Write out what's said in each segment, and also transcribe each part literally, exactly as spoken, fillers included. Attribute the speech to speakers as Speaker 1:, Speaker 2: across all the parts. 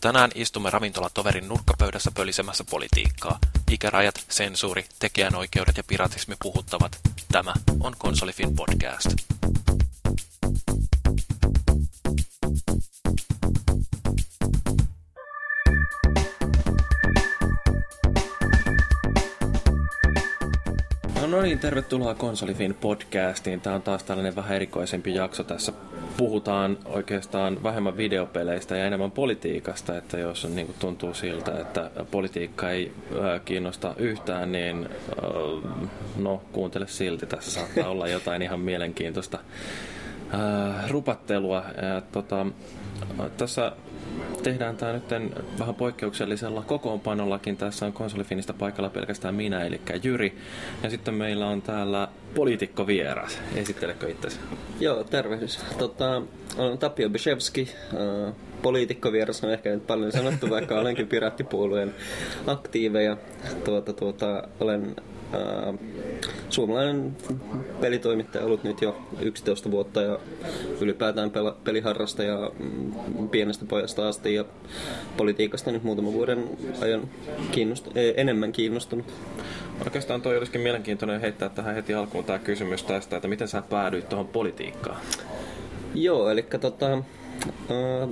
Speaker 1: Tänään istumme ravintolatoverin nurkkapöydässä pölisemässä politiikkaa. Ikärajat, sensuuri, tekijänoikeudet ja piratismi puhuttavat. Tämä on Konsolifin podcast. No niin, tervetuloa Konsolifin podcastiin. Tämä on taas tällainen vähän erikoisempi jakso. Tässä puhutaan oikeastaan vähemmän videopeleistä ja enemmän politiikasta, että jos niin kuin tuntuu siltä, että politiikka ei kiinnosta yhtään, niin no kuuntele silti. Tässä saattaa olla jotain ihan mielenkiintoista rupattelua. Ja, tota, tässä tehdään tämä nyt vähän poikkeuksellisella kokoonpanollakin. Tässä on Konsolifinista paikalla pelkästään minä, eli Jyri. Ja sitten meillä on täällä poliitikko vieras. Esittelekö itsesi?
Speaker 2: Joo, tervehdys. Tota, olen Tapio Byszewski. Äh, poliitikko vieras on ehkä nyt paljon sanottu, vaikka olenkin Piraattipuolueen aktiiveja. Tuota, tuota, olen äh, suomalainen pelitoimittaja ollut nyt jo yksitoista vuotta ja ylipäätään pel- peliharrastaja mm, pienestä pojasta asti ja politiikasta nyt muutaman vuoden ajan kiinnost- enemmän kiinnostunut.
Speaker 1: Oikeastaan toi olisikin mielenkiintoinen heittää tähän heti alkuun tämä kysymys tästä, että miten sä päädyit tuohon politiikkaan?
Speaker 2: Joo, eli tota, äh,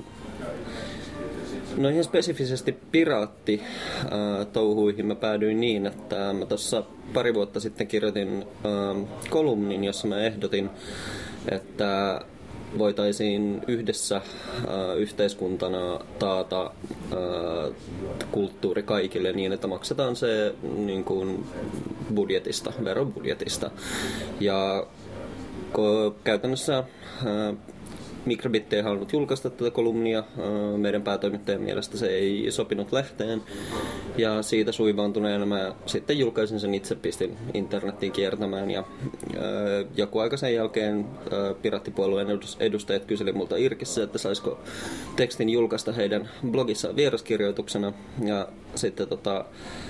Speaker 2: no ihan spesifisesti piraatti äh, touhuihin mä päädyin niin, että mä tuossa pari vuotta sitten kirjoitin äh, kolumnin, jossa mä ehdotin, että voitaisiin yhdessä äh, yhteiskuntana taata äh, kulttuuri kaikille niin, että maksetaan se niin kuin budjetista, verobudjetista. Ja ko- käytännössä äh, Microbit ei halunnut julkaista tätä kolumnia. Meidän päätoimittajan mielestä se ei sopinut lehteen. Ja siitä suivaantuneena mä sitten julkaisin sen itse, pistin internettiin kiertämään. Ja joku aika sen jälkeen Piraattipuolueen edustajat kyseli multa Irkissä, että saisiko tekstin julkaista heidän blogissaan vieraskirjoituksena. Ja sitten tota,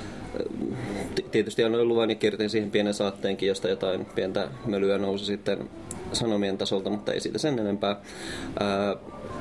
Speaker 2: tietysti annoin luvan ja kirjoitin siihen pienen saatteenkin, josta jotain pientä mölyä nousi sitten sanomien tasolta, mutta ei siitä sen enempää. Ää,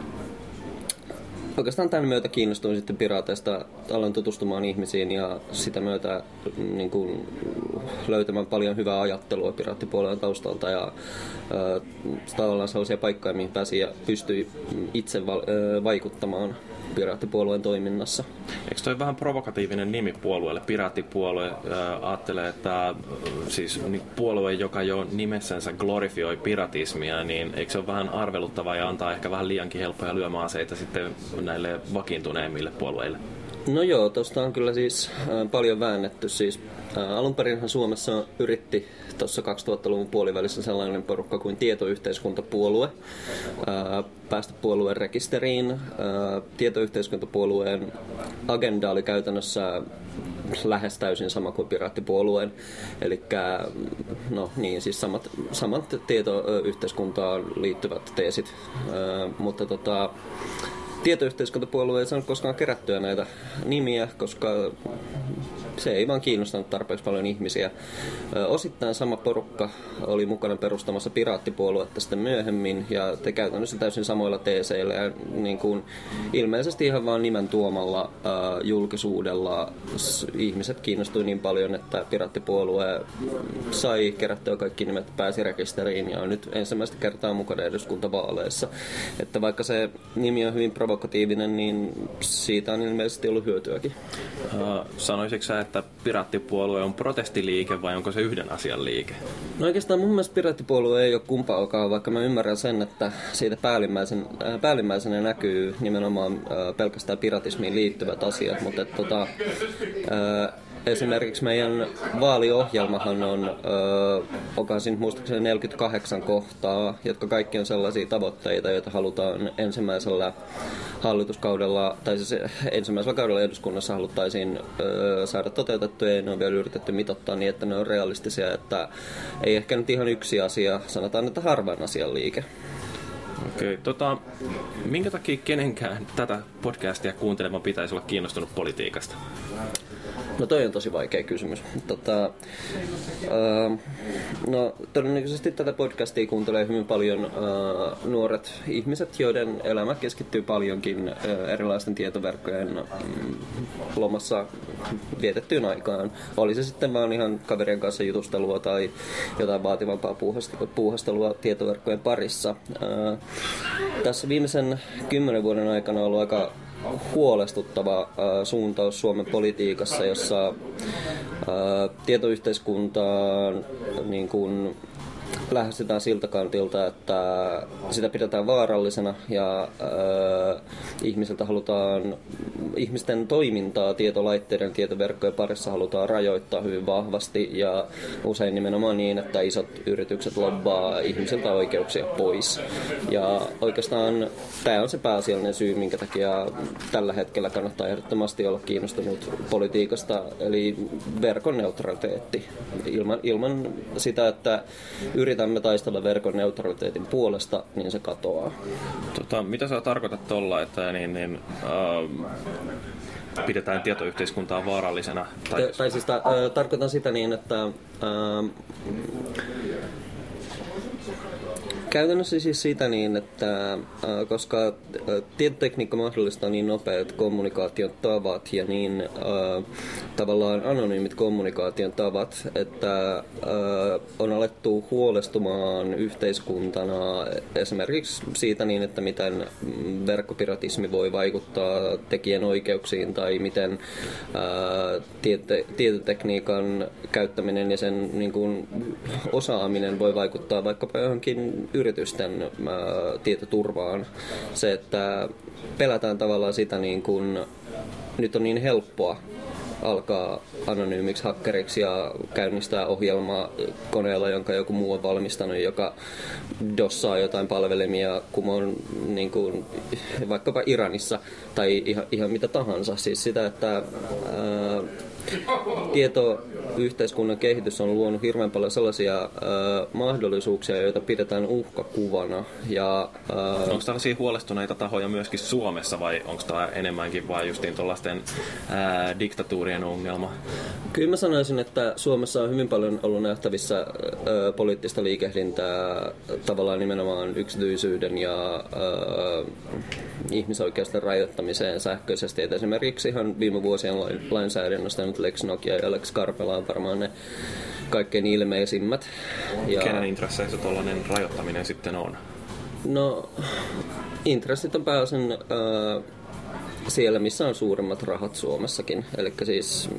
Speaker 2: oikeastaan tämän myötä kiinnostuin sitten piraateista, aloin tutustumaan ihmisiin ja sitä myötä niin kuin, löytämään paljon hyvää ajattelua Piraattipuolueen taustalta ja ää, tavallaan sellaisia paikkoja, mihin pääsi ja pystyi itse va- ää, vaikuttamaan Piraattipuolueen toiminnassa.
Speaker 1: Eikö toi vähän provokatiivinen nimi puolueelle? Piraattipuolue äh, ajattelee, että äh, siis niin puolue, joka jo nimessänsä glorifioi piratismia, niin eikö se ole vähän arveluttavaa ja antaa ehkä vähän liiankin helppoja lyömäaseita sitten näille vakiintuneemmille puolueille?
Speaker 2: No joo, tuosta on kyllä siis äh, paljon väännetty. Siis, äh, alunperinhan Suomessa yritti tuossa kaksituhattaluvun puolivälissä sellainen porukka kuin tietoyhteiskuntapuolue äh, päästä puolueen rekisteriin. Äh, tietoyhteiskuntapuolueen agenda oli käytännössä lähes täysin sama kuin Piraattipuolueen. Eli no niin, siis samat, samat tietoyhteiskuntaan liittyvät teesit, äh, mutta tota tietoyhteiskuntapuolue ei saanut koskaan kerättyä näitä nimiä, koska se ei vaan kiinnostanut tarpeeksi paljon ihmisiä. Osittain sama porukka oli mukana perustamassa Piraattipuoluetta sitten myöhemmin ja te käytännössä täysin samoilla teeseillä ja niin kuin ilmeisesti ihan vaan nimen tuomalla äh, julkisuudella ihmiset kiinnostui niin paljon, että Piraattipuolue sai kerättyä kaikki nimet, pääsi rekisteriin ja on nyt ensimmäistä kertaa mukana eduskuntavaaleissa. Että vaikka se nimi on hyvin provokatiivinen, niin siitä on ilmeisesti ollut hyötyäkin.
Speaker 1: Uh, sanoisitko sä, että Piraattipuolue on protestiliike vai onko se yhden asian liike?
Speaker 2: No oikeastaan mun mielestä Piraattipuolue ei ole kumpaakaan, vaikka mä ymmärrän sen, että siitä päällimmäisen, äh, päällimmäisenä näkyy nimenomaan äh, pelkästään piratismiin liittyvät asiat, mutta et, tota, äh, esimerkiksi meidän vaaliohjelmahan on, öö, okaisin muistaakseni neljäkymmentäkahdeksan kohtaa, jotka kaikki on sellaisia tavoitteita, joita halutaan ensimmäisellä hallituskaudella, tai siis ensimmäisellä kaudella eduskunnassa haluttaisiin öö, saada toteutettua, ja ne on vielä yritetty mitottaa niin, että ne on realistisia, että ei ehkä nyt ihan yksi asia, sanotaan, että harvan asian liike.
Speaker 1: Okei, tota, minkä takia kenenkään tätä podcastia kuuntelemaan pitäisi olla kiinnostunut politiikasta?
Speaker 2: No toi on tosi vaikea kysymys. Tota, uh, no todennäköisesti tätä podcastia kuuntelee hyvin paljon uh, nuoret ihmiset, joiden elämä keskittyy paljonkin uh, erilaisten tietoverkkojen um, lomassa vietettyyn aikaan. Oli se sitten vaan ihan kaverien kanssa jutustelua tai jotain vaativampaa puuhastelua tietoverkkojen parissa. Uh, tässä viimeisen kymmenen vuoden aikana on ollut aika huolestuttava äh, suuntaus Suomen politiikassa, jossa äh, tietoyhteiskuntaan niin kuin lähestytään siltä kantilta, että sitä pidetään vaarallisena ja äh, ihmisiltä halutaan, ihmisten toimintaa tietolaitteiden tietoverkkojen parissa halutaan rajoittaa hyvin vahvasti ja usein nimenomaan niin, että isot yritykset lobbaa ihmisiltä oikeuksia pois. Ja oikeastaan tämä on se pääasiallinen syy, minkä takia tällä hetkellä kannattaa ehdottomasti olla kiinnostunut politiikasta, eli verkon neutraliteetti. Ilman, ilman sitä, että yritämme taistella verkon neutraliteetin puolesta, niin se katoaa.
Speaker 1: Tota, mitä sä tarkoitat tuolla, että niin, niin, äh, pidetään tietoyhteiskuntaa vaarallisena? Tai,
Speaker 2: T- tai siis ta- äh, tarkoitan sitä niin, että äh, käytännössä siis sitä niin, että äh, koska äh, tietotekniikka mahdollistaa niin nopeat kommunikaation tavat ja niin äh, tavallaan anonyymit kommunikaation tavat, että äh, on alettu huolestumaan yhteiskuntana esimerkiksi siitä niin, että miten verkkopiratismi voi vaikuttaa tekijänoikeuksiin tai miten äh, tiete- tietotekniikan käyttäminen ja sen niin kuin, osaaminen voi vaikuttaa vaikkapa johonkin yritysten ää, tietoturvaan. Se, että pelätään tavallaan sitä, niin kun nyt on niin helppoa alkaa anonyymiksi hakkeriksi ja käynnistää ohjelmaa koneella, jonka joku muu on valmistanut, joka dossaa jotain palvelimia, kun on niin kuin, vaikkapa Iranissa tai ihan, ihan mitä tahansa. Siis sitä, että ää, tietoyhteiskunnan kehitys on luonut hirveän paljon sellaisia ää, mahdollisuuksia, joita pidetään uhkakuvana. Ja, ää,
Speaker 1: onko tällaisia huolestuneita tahoja myöskin Suomessa vai onko tämä enemmänkin vain justiin tuollaisten ää, diktatuurien ongelma?
Speaker 2: Kyllä mä sanoisin, että Suomessa on hyvin paljon ollut nähtävissä ää, poliittista liikehdintää tavallaan nimenomaan yksityisyyden ja ää, ihmisoikeusten rajoittamiseen sähköisesti. Et esimerkiksi ihan viime vuosien lainsäädännöstä nyt Lex Nokia ja Lex Karpela on varmaan ne kaikkein ilmeisimmät. Ja
Speaker 1: kenen intresseissä tuollainen rajoittaminen sitten on?
Speaker 2: No, intressit on pääosin äh, siellä, missä on suurimmat rahat Suomessakin. Eli siis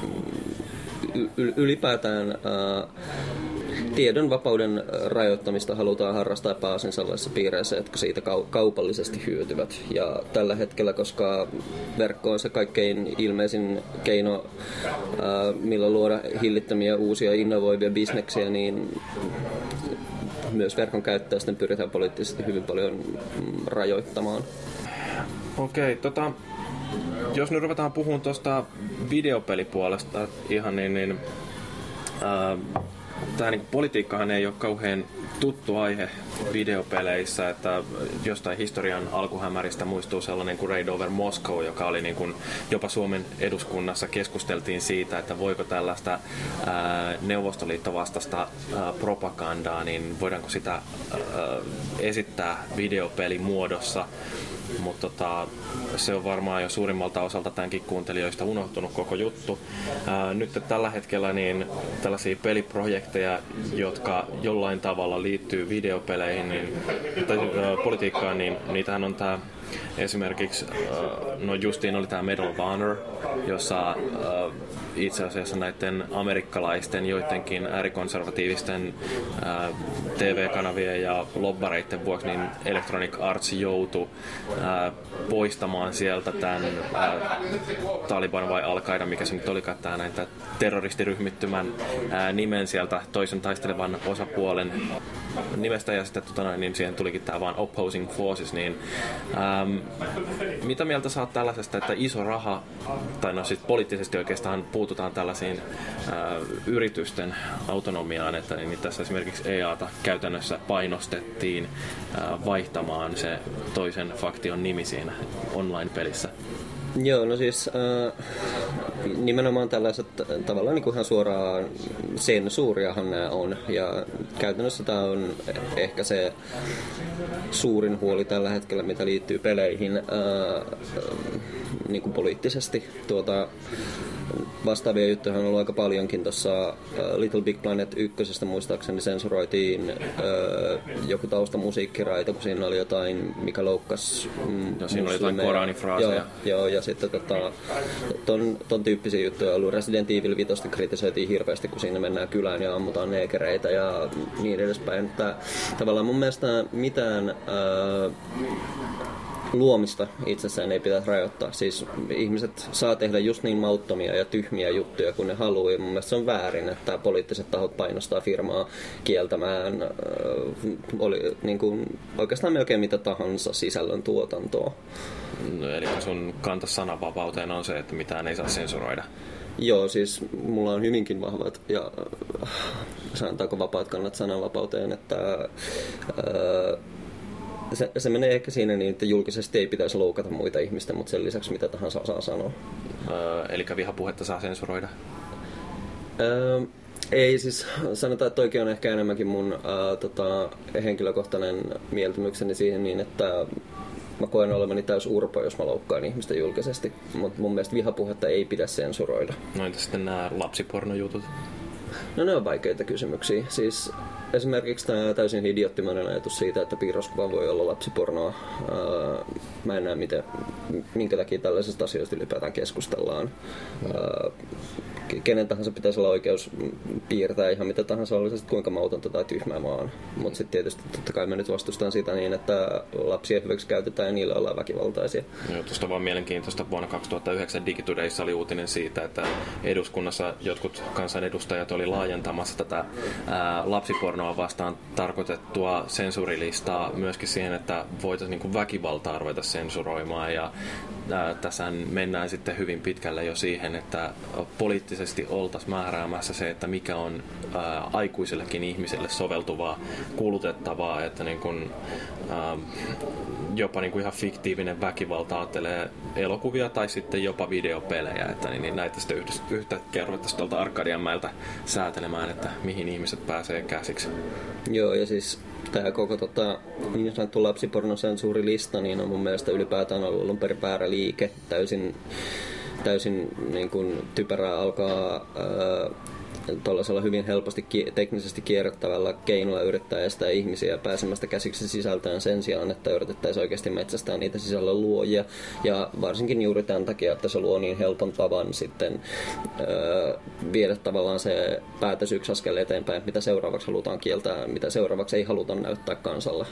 Speaker 2: y- ylipäätään äh, tiedon vapauden rajoittamista halutaan harrastaa pääosin sellaisissa piireissä, jotka siitä kaupallisesti hyötyvät. Ja tällä hetkellä, koska verkko on se kaikkein ilmeisin keino, millä luoda hillittömiä uusia innovoivia bisneksiä, niin myös verkon käyttäjistä pyritään poliittisesti hyvin paljon rajoittamaan.
Speaker 1: Okei, tota, jos nyt ruvetaan puhumaan tuosta videopelipuolesta ihan niin, niin ää, tämä niin politiikkahan ei ole kauhean tuttu aihe videopeleissä, että jostain historian alkuhämäristä muistuu sellainen kuin Raid over Moscow, joka oli niin kuin jopa Suomen eduskunnassa keskusteltiin siitä, että voiko tällaista ää, Neuvostoliittovastaista ää, propagandaa, niin voidaanko sitä ää, esittää videopelimuodossa. Mutta tota, se on varmaan jo suurimmalta osalta tämänkin kuuntelijoista unohtunut koko juttu. Ää, nyt tällä hetkellä niin tällaisia peliprojekteja, jotka jollain tavalla liittyy videopeleihin niin, tai ää, politiikkaan, niin niitähän on tää esimerkiksi, no justiin oli tämä Medal of Honor, jossa itse asiassa näiden amerikkalaisten joidenkin äärikonservatiivisten T V-kanavien ja lobbareiden vuoksi niin Electronic Arts joutui poistamaan sieltä tämän Taliban vai Al-Qaida, mikä se nyt olikaan, tämä näin terroristiryhmittymän nimen sieltä toisen taistelevan osapuolen nimestä ja sitten tota, niin siihen tulikin tämä vaan Opposing Forces, niin ähm, mitä mieltä sä oot tällaisesta, että iso raha, tai no sitten poliittisesti oikeastaan puututaan tällaisiin äh, yritysten autonomiaan, että niin tässä esimerkiksi E A:ta käytännössä painostettiin äh, vaihtamaan se toisen faktion nimi siinä online-pelissä?
Speaker 2: Joo, no siis äh, nimenomaan tällaiset tavallaan niin kuin ihan suoraan sensuuriahan nämä on, ja käytännössä tämä on ehkä se suurin huoli tällä hetkellä, mitä liittyy peleihin äh, niin kuin poliittisesti. Tuota, vastaavia juttuja on ollut aika paljonkin. Tuossa Little Big Planet ykkösestä muistaakseni sensuroitiin öö, joku taustamusiikkiraita, kun siinä oli jotain, mikä loukkasi mm,
Speaker 1: no, siinä oli jotain koranifraaseja.
Speaker 2: Joo, joo, ja sitten tota, ton, ton tyyppisiä juttuja on ollut. Resident Evil viisi kritisoitiin hirveästi, kun siinä mennään kylään ja ammutaan neekereitä ja niin edespäin. Että, tavallaan mun mielestä mitään öö, luomista itsessään ei pitäisi rajoittaa. Siis ihmiset saa tehdä just niin mauttomia ja tyhmiä juttuja kuin ne haluaa. Ja mun mielestä se on väärin, että poliittiset tahot painostaa firmaa kieltämään äh, oli, niin kuin, oikeastaan melkein mitä tahansa sisällön tuotantoa.
Speaker 1: No, eli sun kanta sananvapauteen on se, että mitään ei saa sensuroida.
Speaker 2: Joo, siis mulla on hyvinkin vahvat ja äh, sanotaanko vapaat kannat sananvapauteen, että äh, Se, se menee ehkä siinä niin, että julkisesti ei pitäisi loukata muita ihmistä, mutta sen lisäksi mitä tahansa saa sanoa.
Speaker 1: Öö, eli vihapuhetta saa sensuroida?
Speaker 2: Öö, ei, siis sanotaan, että toikin on ehkä enemmänkin mun äh, tota, henkilökohtainen mieltymykseni siihen niin, että mä koen olevani täys urpo, jos mä loukkaan ihmistä julkisesti. Mutta mun mielestä vihapuhetta ei pidä sensuroida.
Speaker 1: No entä sitten nämä lapsipornojutut?
Speaker 2: No ne on vaikeita kysymyksiä. Siis esimerkiksi tämä täysin idioottimainen ajatus siitä, että piirroskuva voi olla lapsipornoa. Mä en näe, miten, minkä takia tällaisista asioista ylipäätään keskustellaan. Kenen tahansa pitäisi olla oikeus piirtää ihan mitä tahansa, oli se kuinka mautonta tai tyhmää vaan. Mutta sitten tietysti totta kai me nyt vastustaan sitä niin, että lapsia hyväksi käytetään ja niillä ollaan väkivaltaisia.
Speaker 1: Joo, tuosta on vaan mielenkiintoista. Vuonna kaksituhattayhdeksän DigiTodayssa oli uutinen siitä, että eduskunnassa jotkut kansanedustajat oli laajentamassa tätä ää, lapsipornoa vastaan tarkoitettua sensuurilistaa myöskin siihen, että voitaisiin niin kuin väkivaltaa ruveta sensuroimaan. Ja ää, tässä mennään sitten hyvin pitkälle jo siihen, että poliittisesti oltaisiin määräämässä se, että mikä on ää, aikuisellekin ihmiselle soveltuvaa, kulutettavaa, että niin kuin, ää, jopa niin kuin ihan fiktiivinen väkivalta ajattelee elokuvia tai sitten jopa videopelejä, että niin, niin näitä sitten yhtäkkiä ruvettaisiin tuolta Arkadianmäeltä säätelemään, että mihin ihmiset pääsee käsiksi.
Speaker 2: Joo, ja siis tämä koko tota, niin sanottu lapsipornosensuurilista niin on mun mielestä ylipäätään ollut alun perin väärä liike, täysin täysin niin kuin typerää alkaa ää, tuollaisella hyvin helposti ki- teknisesti kierrättävällä keinolla yrittää estää ihmisiä pääsemästä käsiksi sisältöön sen sijaan, että yritettäisiin oikeasti metsästää niitä sisällön luojia. Ja varsinkin juuri tämän takia, että se luo niin helpon tavan sitten ää, viedä tavallaan se päätös yksi askel eteenpäin, mitä seuraavaksi halutaan kieltää, mitä seuraavaksi ei haluta näyttää kansalle.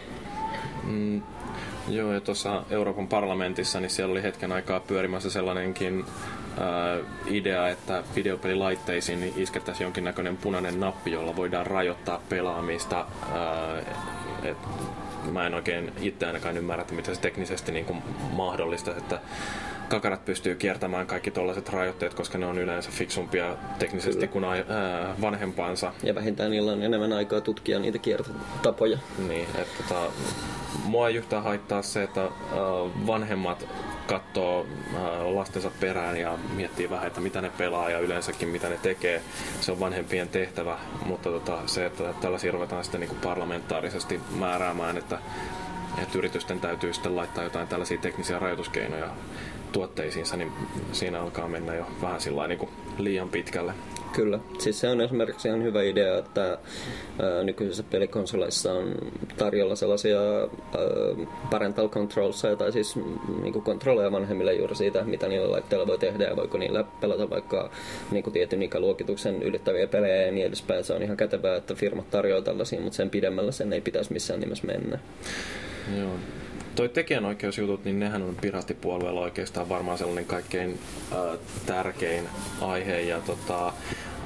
Speaker 1: Mm. Joo, ja tuossa Euroopan parlamentissa niin siellä oli hetken aikaa pyörimässä sellainenkin ää, idea, että videopelilaitteisiin niin iskettäisiin jonkinnäköinen punainen nappi, jolla voidaan rajoittaa pelaamista. Ää, et, mä en oikein itse ainakaan ymmärrä, että miten se teknisesti niin kuin mahdollista, että kakarat pystyy kiertämään kaikki tollaiset rajoitteet, koska ne on yleensä fiksumpia teknisesti Kyllä. kuin ää, vanhempaansa.
Speaker 2: Ja vähintään niillä on enemmän aikaa tutkia niitä kiertotapoja.
Speaker 1: Niin, että tota, mua ei yhtään haittaa se, että äh, vanhemmat katsoo äh, lastensa perään ja miettii vähän, että mitä ne pelaa ja yleensäkin mitä ne tekee. Se on vanhempien tehtävä, mutta tota, se, että tällaisia ruvetaan sitten niin kuin parlamentaarisesti määräämään, että, että yritysten täytyy sitten laittaa jotain tällaisia teknisiä rajoituskeinoja tuotteisiinsa, niin siinä alkaa mennä jo vähän sillä niin kuin liian pitkälle.
Speaker 2: Kyllä. Siis se on esimerkiksi ihan hyvä idea, että ää, nykyisissä pelikonsoleissa on tarjolla sellaisia ää, parental controlsia, tai siis niinku kontrolleja vanhemmille juuri siitä, mitä niillä laitteilla voi tehdä ja voiko niillä pelata vaikka niinku tietyn ikäluokituksen ylittäviä pelejä ja niin edespäin. Se on ihan kätevää, että firmat tarjoaa tällaisia, mutta sen pidemmällä sen ei pitäisi missään nimessä mennä.
Speaker 1: Joo. Toi tekijänoikeusjutut, niin nehän on piraattipuolueella oikeastaan varmaan sellainen kaikkein äh, tärkein aihe. Ja tota, äh,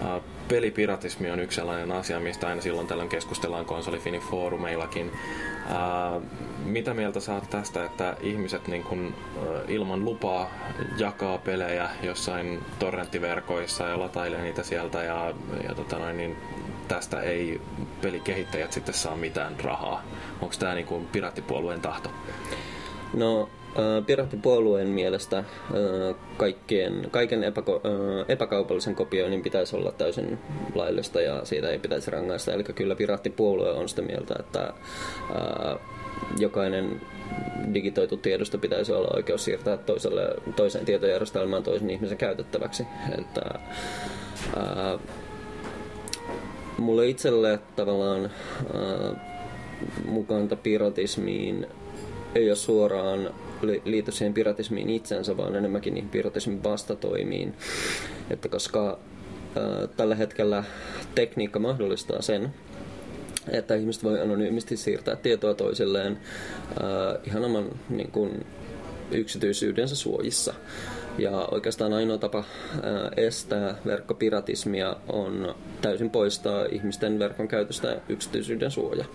Speaker 1: pelipiratismi on yksi sellainen asia, mistä aina silloin tällöin keskustellaan konsolifinin foorumeillakin. Ää, mitä mieltä sä oot tästä, että ihmiset niin kun, ilman lupaa jakaa pelejä jossain torrenttiverkoissa ja latailee niitä sieltä ja, ja tota noin, niin tästä ei pelikehittäjät sitten saa mitään rahaa? Onko tämä niin kuin piraattipuolueen tahto?
Speaker 2: No, Piraattipuolueen mielestä kaikkien, kaiken epäko, epäkaupallisen kopioinnin pitäisi olla täysin laillista ja siitä ei pitäisi rangaista. Eli kyllä Piraattipuolue on sitä mieltä, että jokainen digitoitu tiedosto pitäisi olla oikeus siirtää toiselle, toiseen tietojärjestelmään toisen ihmisen käytettäväksi. Että, ää, mulle itselle tavallaan ää, mukanta piratismiin ei ole suoraan liity siihen piratismiin itsensä, vaan enemmänkin niihin piratismin vastatoimiin. Että koska ää, tällä hetkellä tekniikka mahdollistaa sen, että ihmiset voi anonyymisti siirtää tietoa toisilleen ää, ihan oman niin kuin, yksityisyydensä suojissa. Ja oikeastaan ainoa tapa ää, estää verkkopiratismia on täysin poistaa ihmisten verkon käytöstä yksityisyyden suoja.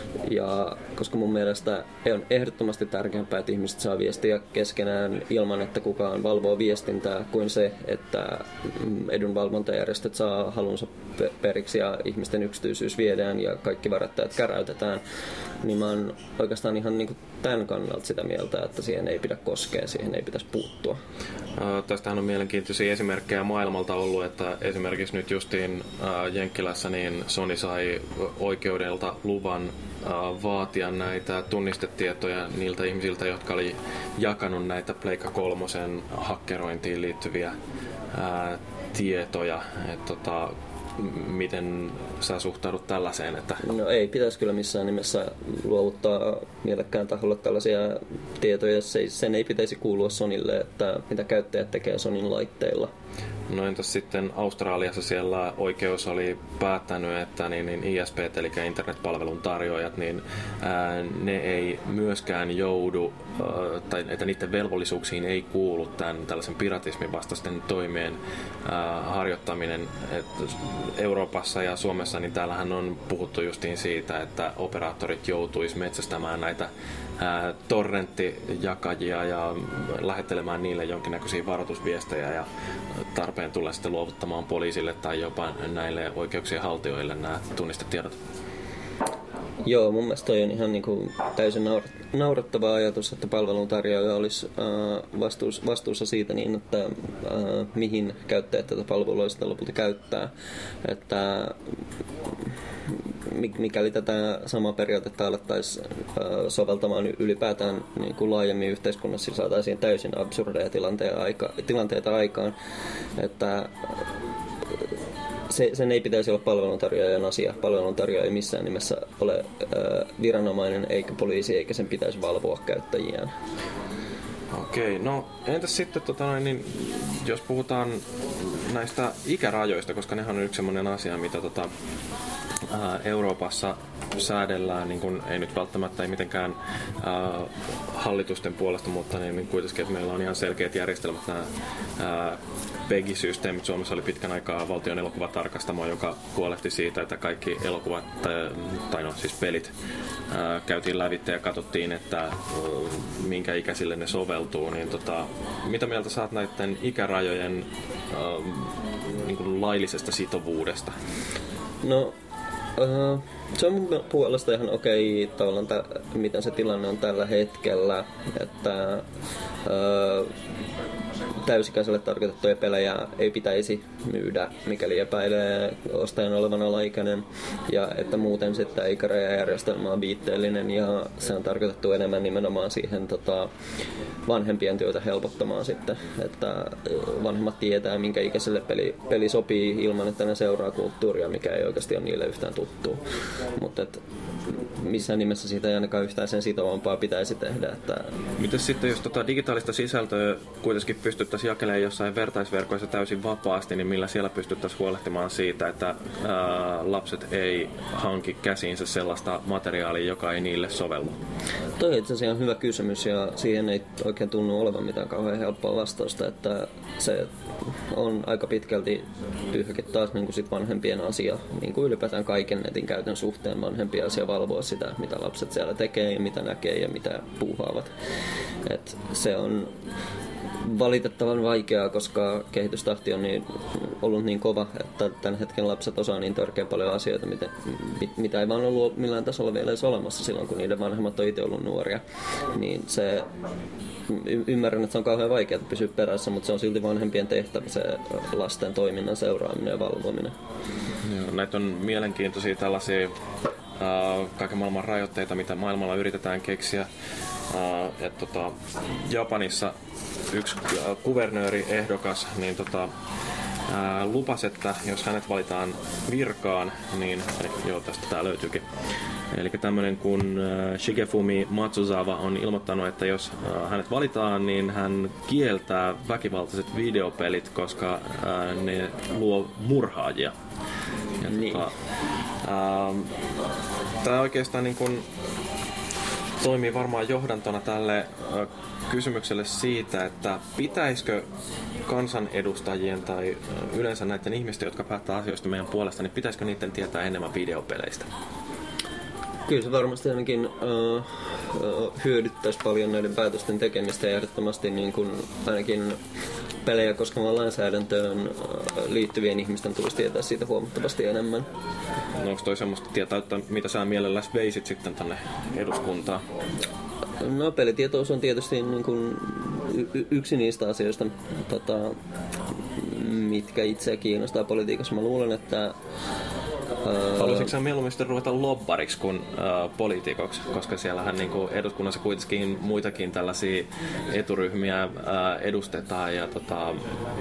Speaker 2: Ja koska mun mielestä on ehdottomasti tärkeämpää, että ihmiset saa viestiä keskenään ilman, että kukaan valvoo viestintää, kuin se, että edunvalvontajärjestöt saa halunsa periksi ja ihmisten yksityisyys viedään ja kaikki varattajat käräytetään, niin mä oon oikeastaan ihan niin kuin tämän kannalta sitä mieltä, että siihen ei pidä koskea, siihen ei pitäisi puuttua.
Speaker 1: Äh, tästähän on mielenkiintoisia esimerkkejä maailmalta ollut, että esimerkiksi nyt justiin äh, Jenkkilässä niin Sony sai oikeudelta luvan äh, vaatia näitä tunnistetietoja niiltä ihmisiltä, jotka oli jakanut näitä Pleikka kolmosen hakkerointiin liittyviä äh, tietoja. Et, tota, miten sä suhtaudut tällaiseen? Että...
Speaker 2: No ei pitäisi kyllä missään nimessä luovuttaa mielekkään taholle tällaisia tietoja. Sen ei pitäisi kuulua Sonylle, että mitä käyttäjät tekee Sonyn laitteilla.
Speaker 1: No entäs sitten Australiassa siellä oikeus oli päättänyt, että niin, niin I S P, eli internetpalvelun tarjoajat, niin ää, ne ei myöskään joudu, ää, tai että niiden velvollisuuksiin ei kuulu tämän tällaisen piratismin vastaisten toimien ää, harjoittaminen. Et Euroopassa ja Suomessa, niin täällähän on puhuttu justiin siitä, että operaattorit joutuisi metsästämään näitä ää, torrenttijakajia ja lähettelemään niille jonkinnäköisiä varoitusviestejä ja tarpeen tulee sitten luovuttamaan poliisille tai jopa näille oikeuksien haltijoille nämä tunnistetiedot.
Speaker 2: Joo, mun mielestä toi on ihan niin kuin täysin naurettava ajatus, että palveluntarjoaja olisi äh, vastuus, vastuussa siitä niin, että äh, mihin käyttäjät tätä palvelua sitä lopulta käyttää. Että mikäli tätä samaa periaatetta alettaisiin äh, soveltamaan ylipäätään niin kuin laajemmin yhteiskunnassa, saataisiin täysin absurdeja tilanteita, aika, tilanteita aikaan. Että se, sen ei pitäisi olla palveluntarjoajan asia. Palveluntarjoaja ei missään nimessä ole äh, viranomainen eikä poliisi, eikä sen pitäisi valvoa käyttäjiään.
Speaker 1: Okei, no entäs sitten, tota noin, niin, jos puhutaan näistä ikärajoista, koska nehän on yksi sellainen asia, mitä tota, ää, Euroopassa säädellään, niin kun, ei nyt välttämättä ei mitenkään ää, hallitusten puolesta, mutta niin, niin kuitenkin, että meillä on ihan selkeät järjestelmät nämä ää, P E G I-systeemit. Suomessa oli pitkän aikaa valtion elokuvatarkastamo, joka huolehti siitä, että kaikki elokuvat, tai, tai no siis pelit, ää, käytiin lävitse ja katsottiin, että ää, minkä ikäisille ne soveltuu. Niin, tota, mitä mieltä saat näiden ikärajojen ää, niin kuin laillisesta sitovuudesta?
Speaker 2: No, uh, se on mun puolesta ihan okei tavallaan, t- miten se tilanne on tällä hetkellä, että uh, täysikäiselle tarkoitettuja pelejä ei pitäisi myydä, mikäli epäilee ostajan olevan alaikäinen, ja että muuten sitten ikärajajärjestelmä on viitteellinen, ja se on tarkoitettu enemmän nimenomaan siihen tota, vanhempien työtä helpottamaan sitten, että vanhemmat tietää, minkä ikäiselle peli, peli sopii ilman, että ne seuraa kulttuuria, mikä ei oikeasti ole niille yhtään tuttua. Mutta missään nimessä siitä ei ainakaan yhtään sen sitovampaa pitäisi tehdä. Että...
Speaker 1: Mites sitten, jos tota digitaalista sisältöä kuitenkin pystyttäisiin jakelemaan jossain vertaisverkoissa täysin vapaasti, niin millä siellä pystyttäisiin huolehtimaan siitä, että ää, lapset ei hanki käsiinsä sellaista materiaalia, joka ei niille sovellu?
Speaker 2: Toi itse asiassa on hyvä kysymys ja siihen ei oikein tunnu olevan mitään kauhean helppoa vastausta, että se on aika pitkälti tyhjäkin taas niin kuin sit vanhempien asia, niin kuin ylipäätään kaiken netin käytön suhteen vanhempien asia valvoa sitä, mitä lapset siellä tekee ja mitä näkee ja mitä puuhaavat. Et se on valitettavan vaikeaa, koska kehitystahti on niin, ollut niin kova, että tämän hetken lapset osaa niin törkeä paljon asioita, mitä, mitä ei vaan ollut millään tasolla vielä edes olemassa silloin, kun niiden vanhemmat on itse ollut nuoria. Niin se, y- ymmärrän, että se on kauhean vaikeaa pysyä perässä, mutta se on silti vanhempien tehtävä, se lasten toiminnan seuraaminen ja valvominen.
Speaker 1: Joo, näitä on mielenkiintoisia tällaisia Uh, kaiken maailman rajoitteita, mitä maailmalla yritetään keksiä. Uh, et, tota, Japanissa yksi uh, kuvernööriehdokas niin, tota, uh, lupasi, että jos hänet valitaan virkaan, niin joo, tästä tää löytyykin. Eli tämmöinen kun uh, Shigefumi Matsuzawa on ilmoittanut, että jos uh, hänet valitaan, niin hän kieltää väkivaltaiset videopelit, koska uh, ne luo murhaajia. Ja,
Speaker 2: niin. tota,
Speaker 1: uh, Tämä oikeastaan niin kuin toimii varmaan johdantona tälle uh, kysymykselle siitä, että pitäisikö kansanedustajien tai uh, yleensä näiden ihmisten, jotka päättää asioista meidän puolesta, niin pitäisikö niiden tietää enemmän videopeleistä?
Speaker 2: Kyllä se varmasti ainakin uh, uh, hyödyttäisi paljon näiden päätösten tekemistä ja ehdottomasti niin kuin ainakin pelejä koskevaan lainsäädäntöön liittyvien ihmisten tulisi tietää siitä huomattavasti enemmän.
Speaker 1: No onko toi semmoista tietoa, että mitä sä mielelläsi veisit sitten tänne eduskuntaan?
Speaker 2: No pelitietous on tietysti niin kuin y- yksi niistä asioista, tota, mitkä itseä kiinnostaa politiikassa. Mä luulen, että
Speaker 1: haluaisitko sä mieluummin sitten ruveta lobbariksi kuin äh, poliitikoksi, koska siellähän niin kuin eduskunnassa kuitenkin muitakin tällaisia eturyhmiä äh, edustetaan ja tota,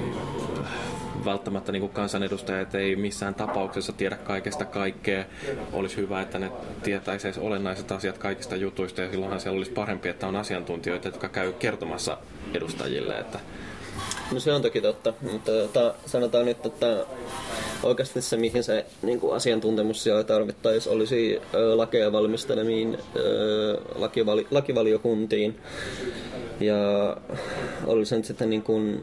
Speaker 1: välttämättä niin kuin kansanedustajat ei missään tapauksessa tiedä kaikesta kaikkea. Olisi hyvä, että ne tietäisi edes olennaiset asiat kaikista jutuista ja silloinhan siellä olisi parempi, että on asiantuntijoita, jotka käy kertomassa edustajille, että
Speaker 2: no se on toki totta, mutta tota, sanotaan nyt, että oikeasti se, mihin se niin kuin asiantuntemus siellä tarvittaisiin, olisi ö, lakeja valmistelemiin ö, lakivali, lakivaliokuntiin. Ja olisi nyt sitten niin kuin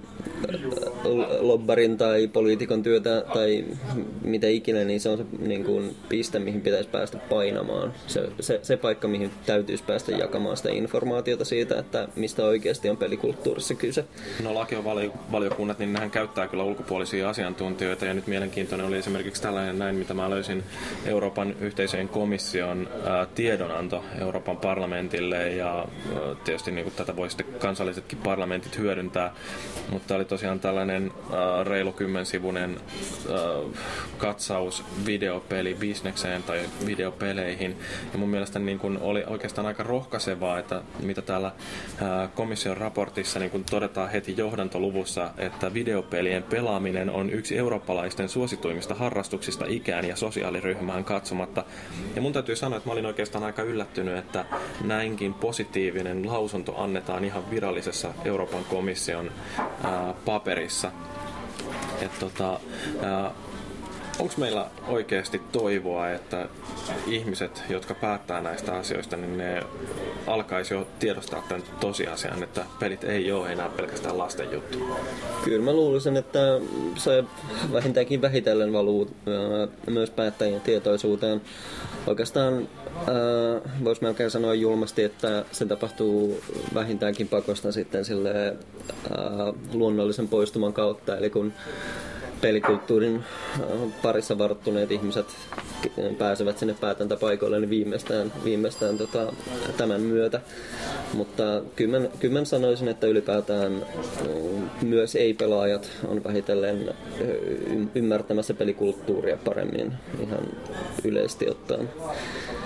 Speaker 2: lobbarin tai poliitikon työtä tai mitä ikinä, niin se on se niin kuin piste, mihin pitäisi päästä painamaan. Se, se, se paikka, mihin täytyisi päästä jakamaan sitä informaatiota siitä, että mistä oikeasti on pelikulttuurissa kyse.
Speaker 1: No lakivaliokunnat, niin nehän käyttää kyllä ulkopuolisia asiantuntijoita ja nyt mielenkiintoinen oli esimerkiksi tällainen näin, mitä mä löysin Euroopan yhteisöjen komission ää, tiedonanto Euroopan parlamentille ja ää, tietysti niin kuin tätä voi sitten kansallisetkin parlamentit hyödyntää, mutta oli tosiaan tällainen äh, reilu kymmensivuinen äh, katsaus videopelibisnekseen tai videopeleihin. Ja mun mielestä niin kun oli oikeastaan aika rohkaisevaa, että mitä täällä äh, komission raportissa niin kun todetaan heti johdantoluvussa, että videopelien pelaaminen on yksi eurooppalaisten suosituimmista harrastuksista ikään ja sosiaaliryhmään katsomatta. Ja mun täytyy sanoa, että mä olin oikeastaan aika yllättynyt, että näinkin positiivinen lausunto annetaan ihan virallisessa Euroopan komission ää, paperissa. Tota, onko meillä oikeasti toivoa, että ihmiset, jotka päättää näistä asioista, niin ne alkaisi jo tiedostaa tämän tosiasian, että pelit ei ole enää pelkästään lasten juttu?
Speaker 2: Kyllä mä luulisin, että se vähintäänkin vähitellen valuu myös päättäjien tietoisuuteen. Oikeastaan äh, voisi melkein sanoa julmasti, että se tapahtuu vähintäänkin pakosta sitten sille äh, luonnollisen poistuman kautta. Eli kun pelikulttuurin parissa varttuneet ihmiset pääsevät sinne päätäntäpaikoille niin viimeistään, viimeistään tota, tämän myötä. Mutta kyllä mä, kyllä mä sanoisin, että ylipäätään myös ei-pelaajat on vähitellen ymmärtämässä pelikulttuuria paremmin ihan yleisesti ottaen.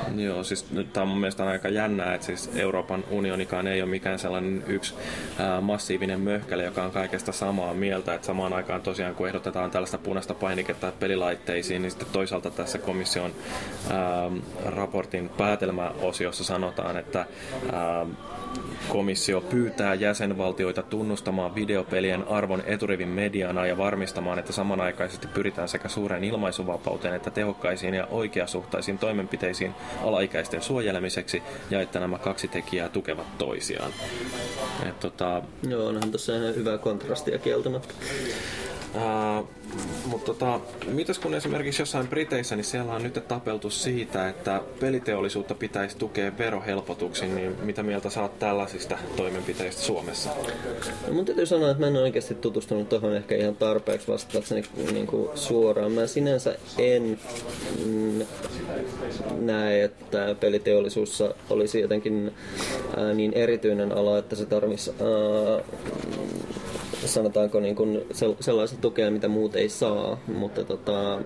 Speaker 1: Joo, siis tämä on mun mielestä aika jännää, että siis Euroopan unionikaan ei ole mikään sellainen yksi ää, massiivinen möhkäle, joka on kaikesta samaa mieltä, että samaan aikaan tosiaan kun ehdotetaan tällaista punaista painiketta pelilaitteisiin, niin sitten toisaalta tässä komission ää, raportin päätelmäosiossa sanotaan, että ää, komissio pyytää jäsenvaltioita tunnustamaan videopelien arvon eturivin mediana ja varmistamaan, että samanaikaisesti pyritään sekä suureen ilmaisuvapauteen että tehokkaisiin ja oikeasuhtaisiin toimenpiteisiin alaikäisten suojelemiseksi ja että nämä kaksi tekijää tukevat toisiaan. Et, tota,
Speaker 2: Joo, onhan tuossa ihan hyvää kontrastia kieltämättä.
Speaker 1: Ää, mutta tota, mitäs kun esimerkiksi jossain Briteissä, niin siellä on nyt tapeltu siitä, että peliteollisuutta pitäisi tukea verohelpotuksin, niin mitä mieltä sä oot tällaisista toimenpiteistä Suomessa?
Speaker 2: No, mun täytyy sanoa, että mä en ole oikeasti tutustunut tuohon ehkä ihan tarpeeksi vastaakseni niin kuin suoraan. Mä sinänsä en mm, näe, että peliteollisuus olisi jotenkin ää, niin erityinen ala, että se tarvitsisi ää, sanotaanko niin kuin sellaista tukea, mitä muut ei saa, mutta tota,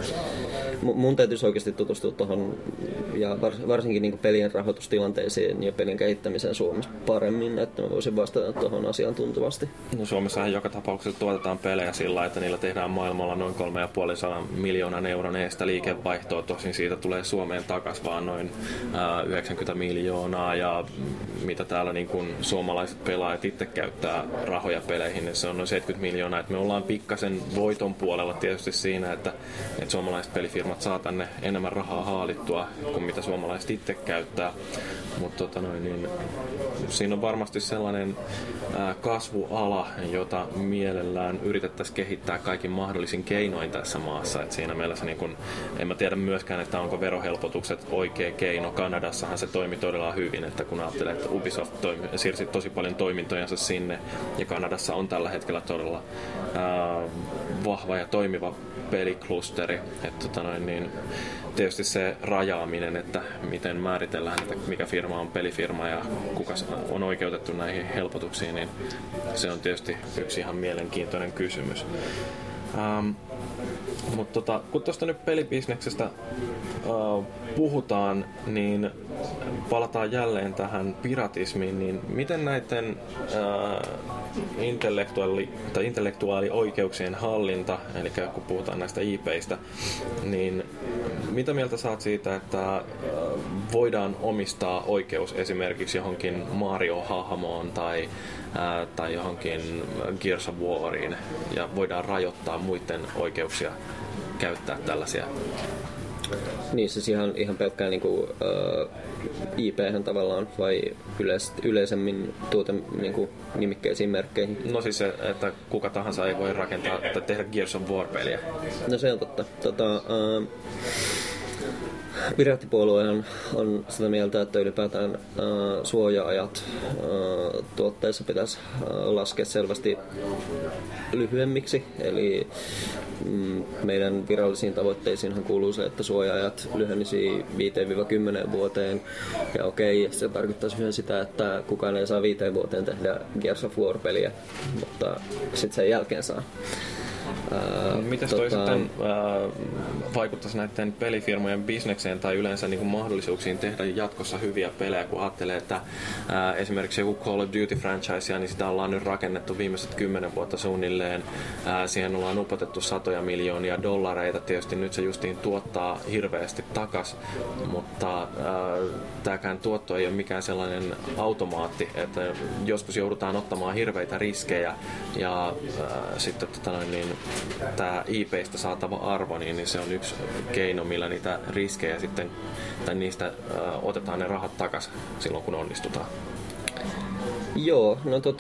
Speaker 2: mun täytyisi oikeasti tutustua tuohon ja varsinkin niin kuin pelien rahoitustilanteisiin ja pelin kehittämiseen Suomessa paremmin, että mä voisin vastata tuohon asiaan tuntuvasti.
Speaker 1: No Suomessahan joka tapauksessa tuotetaan pelejä sillä, että niillä tehdään maailmalla noin kolme ja puoli sataa miljoonan euron eestä liikevaihtoa, tosin siitä tulee Suomeen takaisin vaan noin ää, yhdeksänkymmentä miljoonaa ja mitä täällä niin kuin suomalaiset pelaajat itse käyttää rahoja peleihin, niin se on noin seitsemänkymmentä miljoonaa, että me ollaan pikkasen voiton puolella tietysti siinä, että, että suomalaiset pelifirmat saa tänne enemmän rahaa haalittua kuin mitä suomalaiset itse käyttää, mutta tota noin, niin, siinä on varmasti sellainen ää, kasvuala, jota mielellään yritettäisiin kehittää kaikin mahdollisin keinoin tässä maassa, että siinä mielessä niin kun, en mä tiedä myöskään, että onko verohelpotukset oikea keino. Kanadassahan se toimi todella hyvin, että kun ajattelee, että Ubisoft toimi, siirsi tosi paljon toimintojansa sinne ja Kanadassa on tällä hetkellä todella ää, vahva ja toimiva peliklusteri, että tota noin, niin tietysti se rajaaminen, että miten määritellään, että mikä firma on pelifirma ja kuka on oikeutettu näihin helpotuksiin, niin se on tietysti yksi ihan mielenkiintoinen kysymys. Ähm, mutta tota, kun tuosta nyt pelibisneksestä äh, puhutaan, niin palataan jälleen tähän piratismiin, niin miten näiden äh, intellektuaali- tai intellektuaalioikeuksien hallinta, eli kun puhutaan näistä I P:istä, niin mitä mieltä saat siitä, että äh, voidaan omistaa oikeus esimerkiksi johonkin Mario-hahmoon tai Ää, tai johonkin Gears of Wariin ja voidaan rajoittaa muiden oikeuksia käyttää tällaisia?
Speaker 2: Niin, siis ihan, ihan pelkkää niin kuin, uh, I P-hän tavallaan vai yleis, yleisemmin tuote niin kuin, nimikkeisiin merkkeihin?
Speaker 1: No siis se, että kuka tahansa ei voi rakentaa tai tehdä Gears of War-peliä.
Speaker 2: No se on totta. Tota, uh, Piraattipuolue on, on sitä mieltä, että ylipäätään äh, suoja-ajat äh, tuotteissa pitäisi äh, laskea selvästi lyhyemmiksi. Eli mm, meidän virallisiin tavoitteisiinhan kuuluu se, että suoja-ajat lyhenisi viiteen kymmeneen vuoteen. Ja okei, se tarkoittaisi myös sitä, että kukaan ei saa viiteen vuoteen tehdä Gears of War-peliä, mutta sitten sen jälkeen saa.
Speaker 1: Uh, Mites toi tota... sitten uh, vaikuttaisi näiden pelifirmojen bisnekseen tai yleensä niin kuin mahdollisuuksiin tehdä jatkossa hyviä pelejä, kun ajattelee, että uh, esimerkiksi joku Call of Duty-franchisea, niin sitä ollaan nyt rakennettu viimeiset kymmenen vuotta suunnilleen. Uh, siihen ollaan upotettu satoja miljoonia dollareita. Tietysti nyt se justiin tuottaa hirveästi takas, mutta uh, tämäkään tuotto ei ole mikään sellainen automaatti, että joskus joudutaan ottamaan hirveitä riskejä ja uh, sitten tota noin, niin tämä I P:stä saatava arvo, niin se on yksi keino, millä niitä riskejä sitten, tai niistä ö, otetaan ne rahat takaisin silloin, kun onnistutaan.
Speaker 2: Joo, no tota,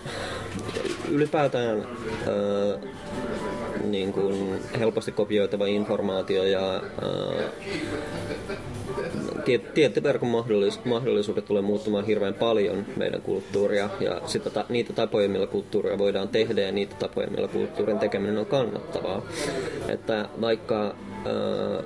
Speaker 2: ylipäätään ö, niin kuin helposti kopioitava informaatio ja ö, tietoverkon mahdollisuudet tulee muuttumaan hirveän paljon meidän kulttuuria ja sitä, ta, niitä tapoja, millä kulttuuria voidaan tehdä ja niitä tapoja, millä kulttuurin tekeminen on kannattavaa. Että vaikka ää,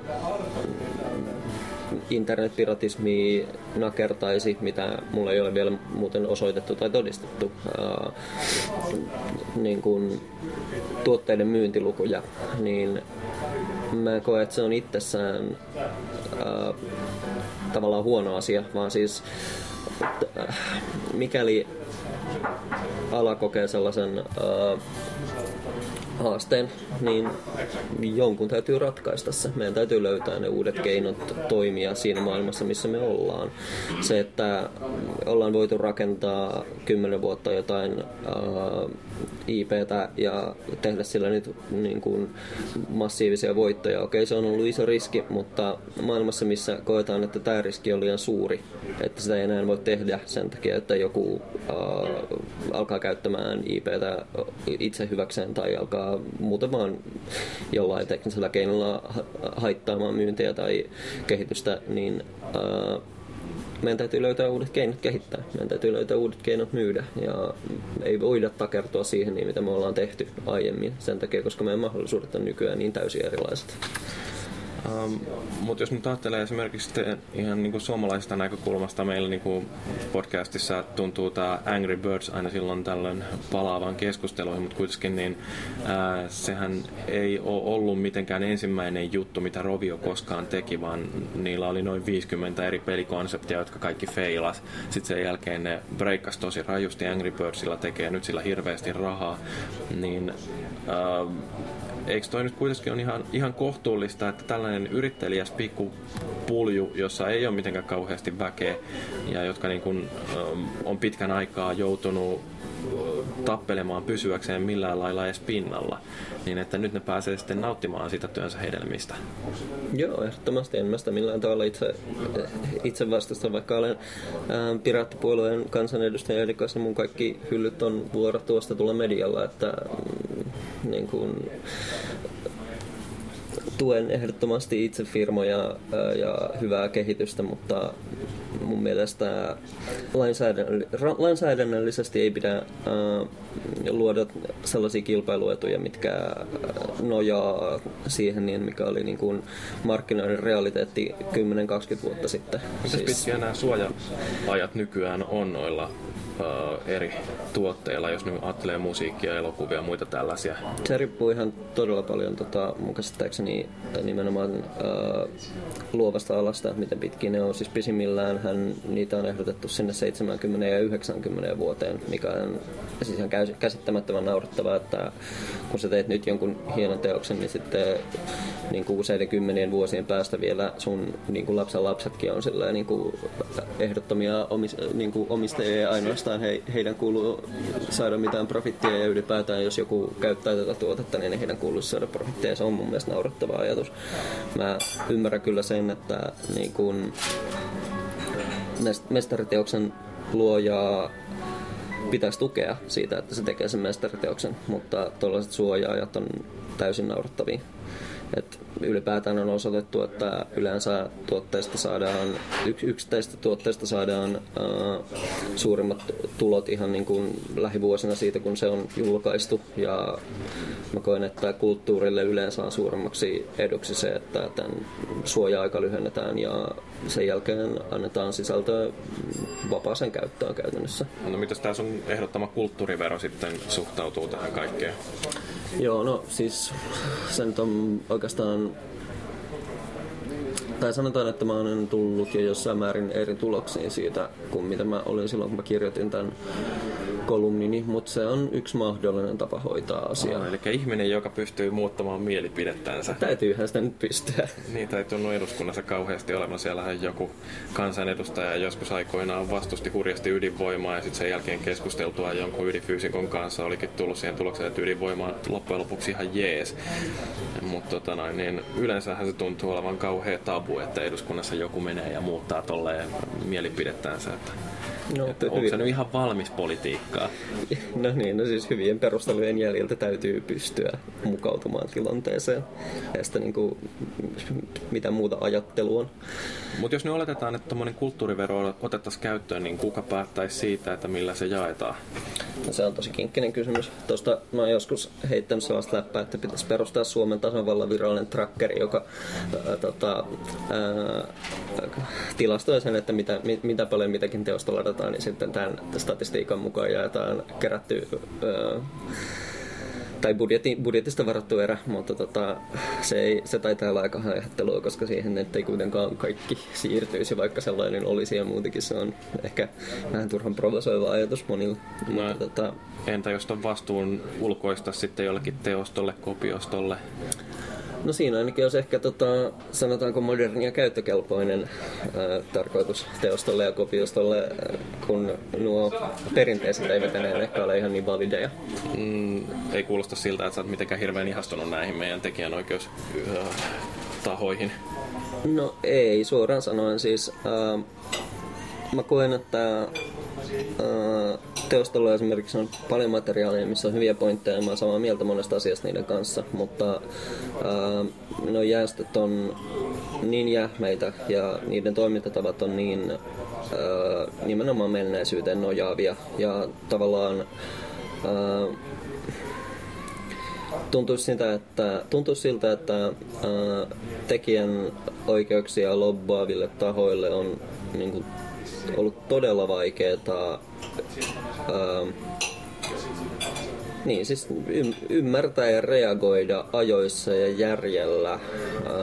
Speaker 2: internetpiratismi nakertaisi, mitä mulla ei ole vielä muuten osoitettu tai todistettu, ää, niin kuin tuotteiden myyntilukuja, niin mä koen, että se on itsessään ää, tavallaan huono asia, vaan siis äh, mikäli ala kokee sellaisen ää, haasteen, niin jonkun täytyy ratkaista se. Meidän täytyy löytää ne uudet keinot toimia siinä maailmassa, missä me ollaan. Se, että ollaan voitu rakentaa kymmenen vuotta jotain uh, I P:tä ja tehdä sillä nyt niin kuin massiivisia voittoja. Okei, se on ollut iso riski, mutta maailmassa, missä koetaan, että tämä riski on liian suuri, että sitä ei enää voi tehdä sen takia, että joku uh, alkaa käyttämään I P:tä itse hyväkseen tai alkaa muuten vaan jollain teknisellä keinolla haittaamaan myyntiä tai kehitystä, niin uh, meidän täytyy löytää uudet keinot kehittää. Meidän täytyy löytää uudet keinot myydä. Ja ei voida takertua siihen, niin mitä me ollaan tehty aiemmin. Sen takia, koska meidän mahdollisuudet on nykyään niin täysin erilaiset.
Speaker 1: Um, mutta jos nyt ajattelee esimerkiksi ihan niinku suomalaisesta näkökulmasta, meillä niinku podcastissa tuntuu tämä Angry Birds aina silloin tällöin palaavan keskusteluihin, mutta kuitenkin niin, ää, sehän ei ole ollut mitenkään ensimmäinen juttu, mitä Rovio koskaan teki, vaan niillä oli noin viisikymmentä eri pelikonseptia, jotka kaikki feilas. Sitten sen jälkeen ne breikkas tosi rajusti, Angry Birdsilla tekee nyt sillä hirveästi rahaa, niin ää, eikö toi nyt kuitenkin on ihan, ihan kohtuullista, että tällainen yrittelijäs pikku pulju, jossa ei ole mitenkään kauheasti väkeä ja jotka niin kun, um, on pitkän aikaa joutunut tappelemaan pysyäkseen millään lailla edes pinnalla, niin että nyt ne pääsee sitten nauttimaan sitä työnsä hedelmistä.
Speaker 2: Joo, ehdottomasti en mä sitä millään tavalla itse, itse vastusta, vaikka olen ää, Piraattipuolueen kansanedustaja, eli kanssa mun kaikki hyllyt on vuorattu ostetulla medialla, että mm, niin kuin, tuen ehdottomasti itse firmoja ää, ja hyvää kehitystä, mutta mun mielestä lainsäädännöllisesti ei pidä uh, luoda sellaisia kilpailuetuja, mitkä nojaa siihen, niin mikä oli niin kuin markkinoiden realiteetti kymmenen kaksikymmentä vuotta sitten.
Speaker 1: Mitäs siis pitkiä nämä suoja-ajat nykyään on noilla uh, eri tuotteilla, jos nyt ajattelee musiikkia, elokuvia ja muita tällaisia?
Speaker 2: Se riippuu ihan todella paljon tota, mun käsittääkseni nimenomaan uh, luovasta alasta, miten pitkiä ne on. Siis pisimmillään hän, niitä on ehdotettu sinne seitsemänkymmentä ja yhdeksänkymmentä vuoteen, mikä on siis ihan käsittämättömän naurettavaa, että kun sä teet nyt jonkun hienon teoksen, niin sitten niin kuin useiden kymmenien vuosien päästä vielä sun niin kuin lapsen lapsetkin on sillä, niin kuin ehdottomia omis, niin kuin omistajia, ainoastaan he, heidän kuuluu saada mitään profittia ja ylipäätään jos joku käyttää tätä tuotetta, niin heidän kuuluisi saada profittia ja se on mun mielestä naurettava ajatus. Mä ymmärrän kyllä sen, että niin kuin mestariteoksen luojaa pitäisi tukea siitä, että se tekee sen mestariteoksen, mutta tuollaiset suoja-ajat on täysin naurettavia. Et ylipäätään on osoitettu, että yleensä tuotteista saadaan, yksittäisistä tuotteista saadaan uh, suurimmat tulot ihan niin kuin lähivuosina siitä, kun se on julkaistu. Ja mä koen, että kulttuurille yleensä on suuremmaksi eduksi se, että tämän suoja-aika lyhennetään ja sen jälkeen annetaan sisältöä vapaaseen käyttöön käytännössä.
Speaker 1: No mitäs tää sun ehdottama kulttuurivero sitten suhtautuu tähän kaikkeen?
Speaker 2: Joo, no siis se nyt on oikeastaan, tai sanotaan, että mä olen tullut jo jossain määrin eri tuloksiin siitä, kuin mitä mä olin silloin, kun mä kirjoitin tämän kolumnini, mutta se on yksi mahdollinen tapa hoitaa asiaa.
Speaker 1: Oh, eli ihminen, joka pystyy muuttamaan mielipidettänsä.
Speaker 2: Täytyyhän sitä nyt pystyä.
Speaker 1: Niitä ei tunnu eduskunnassa kauheasti olevan. Siellähän joku kansanedustaja joskus aikoinaan vastusti hurjasti ydinvoimaa ja sitten sen jälkeen keskusteltua jonkun ydinfyysikon kanssa olikin tullut siihen tulokseen, että ydinvoima on loppujen lopuksi ihan jees. Mutta tota niin, yleensähän se tuntuu olevan kauhea tabu, että eduskunnassa joku menee ja muuttaa tolleen mielipidettänsä. Että
Speaker 2: No,
Speaker 1: että onko se nyt ihan valmis politiikkaa?
Speaker 2: No niin, no siis hyvien perustelujen jäljiltä täytyy pystyä mukautumaan tilanteeseen. Ja sitä niin kuin, mitä muuta ajattelu on.
Speaker 1: Mutta jos nyt oletetaan, että tuommoinen kulttuurivero otettaisiin käyttöön, niin kuka päättäisi siitä, että millä se jaetaan?
Speaker 2: No, se on tosi kinkkinen kysymys. Tuosta mä oon joskus heittänyt sellaista läppää, että pitäisi perustaa Suomen tasavallan virallinen trackeri, joka ää, tota, ää, tilastoi sen, että mitä, mitä paljon mitäkin teosta ladataan, niin sitten tämän statistiikan mukaan jaetaan kerätty ää, tai budjetti, budjetista varattu erä, mutta tota, se, ei, se taitaa olla aika haihattelua, koska siihen nyt ei kuitenkaan kaikki siirtyisi, vaikka sellainen olisi ja muutenkin se on ehkä vähän turhan provosoiva ajatus monilla.
Speaker 1: No,
Speaker 2: mutta, tota,
Speaker 1: entä jos ton vastuun ulkoista sitten jollekin teostolle, kopiostolle?
Speaker 2: No siinä ainakin olisi ehkä tota, sanotaanko moderni ja käyttökelpoinen ää, tarkoitus teostolle ja kopiostolle, ää, kun nuo perinteiset eivät enää ehkä ole ihan niin valideja.
Speaker 1: Mm, ei kuulosta siltä, että sä oot mitenkään hirveän ihastunut näihin meidän tekijänoikeustahoihin.
Speaker 2: No ei, suoraan sanoen siis. Ää, mä koen, että teostolla esimerkiksi on paljon materiaalia, missä on hyviä pointteja ja mä oon samaa mieltä monesta asiasta niiden kanssa, mutta ää, no jäästöt on niin jähmeitä ja niiden toimintatavat on niin ää, nimenomaan menneisyyteen nojaavia ja tavallaan ää, tuntuisi siltä, että, tuntuisi siltä, että ää, tekijän oikeuksia lobbaaville tahoille on niin kuin, ollut todella vaikeaa ää, niin, siis y- ymmärtää ja reagoida ajoissa ja järjellä ää,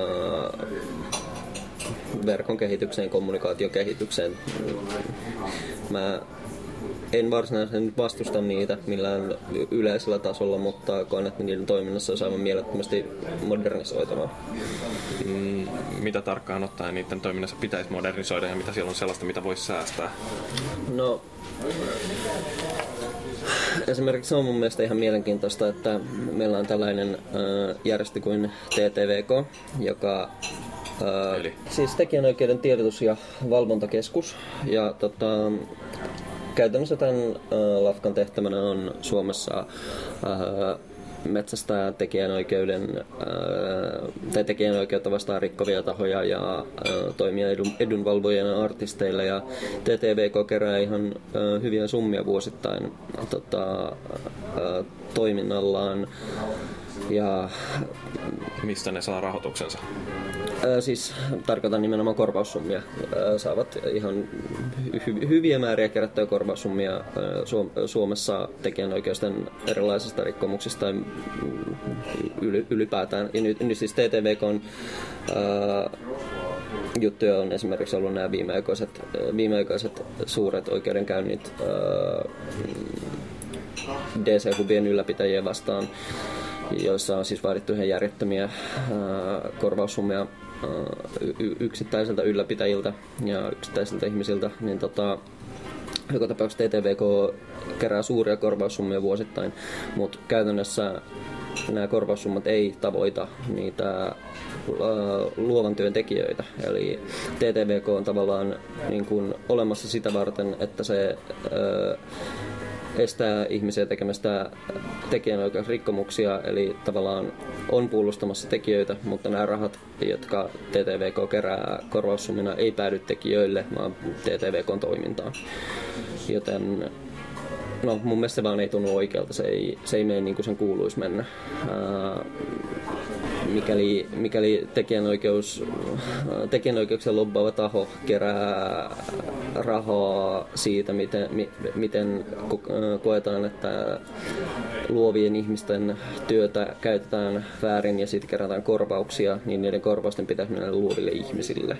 Speaker 2: verkon kehitykseen, kommunikaation kehitykseen. Mä en varsinaisesti vastusta niitä millään yleisellä tasolla, mutta koen, että niiden toiminnassa on aivan mielettömästi modernisoitavaa.
Speaker 1: Mm, mitä tarkkaan ottaen niiden toiminnassa pitäisi modernisoida ja mitä siellä on sellaista, mitä voisi säästää?
Speaker 2: No, esimerkiksi se on mun mielestä ihan mielenkiintoista, että meillä on tällainen äh, järjestö kuin T T V K, joka äh,
Speaker 1: Eli?
Speaker 2: siis tekijänoikeuden tiedotus- ja valvontakeskus. Ja tota, käytännössä tämän äh, lafkan tehtävänä on Suomessa äh, metsästää tekijänoikeuden äh, tai tekijänoikeutta vastaan rikkovia tahoja ja äh, toimia edun, edunvalvojana artisteille, ja T T V K kerää ihan äh, hyviä summia vuosittain tota, äh, toiminnallaan. Ja
Speaker 1: mistä ne saa rahoituksensa?
Speaker 2: Ää, siis tarkoitan nimenomaan korvaussummia. Ää, saavat ihan hy- hyviä määriä kerättyjä korvaussummia ää, Suom- Suomessa tekijänoikeusten erilaisista rikkomuksista yl- ylipäätään. Ja nyt, nyt siis T T V K:n ää, juttuja on esimerkiksi ollut nämä viimeaikaiset, viimeaikaiset suuret oikeudenkäynnit ää, D C-hubien ylläpitäjiä vastaan, joissa on siis vaadittu ihan järjettömiä ää, korvaussummia ää, y- yksittäisiltä ylläpitäjiltä ja yksittäisiltä ihmisiltä, niin tota, joka tapauksessa T T V K kerää suuria korvaussummia vuosittain, mutta käytännössä nämä korvaussummat ei tavoita niitä ää, luovan työn tekijöitä. Eli T T V K on tavallaan niin kuin olemassa sitä varten, että se ää, estää ihmisiä tekemästä tekijänoikeusrikkomuksia, eli tavallaan on puolustamassa tekijöitä, mutta nämä rahat, jotka T T V K kerää korvaussummina, ei päädy tekijöille, vaan T T V K:n toimintaan. Joten no, mun mielestä se vaan ei tunnu oikealta, se ei, se ei mene niin kuin sen kuuluisi mennä. Ää, mikäli, mikäli tekijänoikeus, tekijänoikeuksia lobbaava taho kerää rahaa siitä, miten, mi, miten koetaan, että luovien ihmisten työtä käytetään väärin ja siitä kerätään korvauksia, niin niiden korvausten pitäisi mennä luoville ihmisille.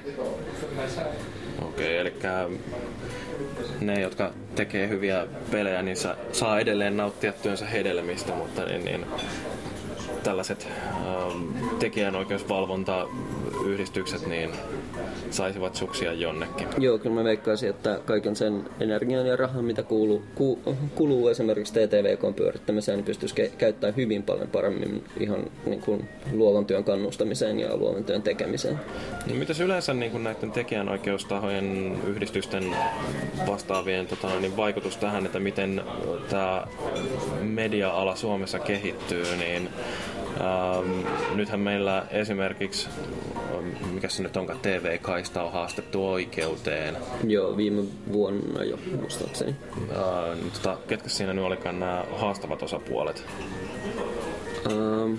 Speaker 1: Okei, eli ne, jotka tekee hyviä pelejä, niin saa edelleen nauttia työnsä hedelmistä, mutta niin, niin, tällaiset ähm, tekijänoikeusvalvontayhdistykset niin saisivat suksia jonnekin.
Speaker 2: Joo, kyllä mä veikkaisin, että kaiken sen energian ja rahan, mitä kuuluu, ku, kuluu esimerkiksi T T V K:n pyörittämiseen, niin pystyisi ke- käyttämään hyvin paljon paremmin ihan niin kuin luovan työn kannustamiseen ja luovan työn tekemiseen.
Speaker 1: No, mitäs yleensä niin kuin näiden tekijänoikeustahojen yhdistysten vastaavien tota, niin vaikutus tähän, että miten tämä media-ala Suomessa kehittyy, niin ähm, nythän meillä esimerkiksi, mikä se nyt onkaan, T V-kaista on haastettu oikeuteen.
Speaker 2: Joo, viime vuonna jo, muistaakseni.
Speaker 1: Äh, tota, ketkä siinä nyt olikaan nämä haastavat osapuolet?
Speaker 2: Ähm,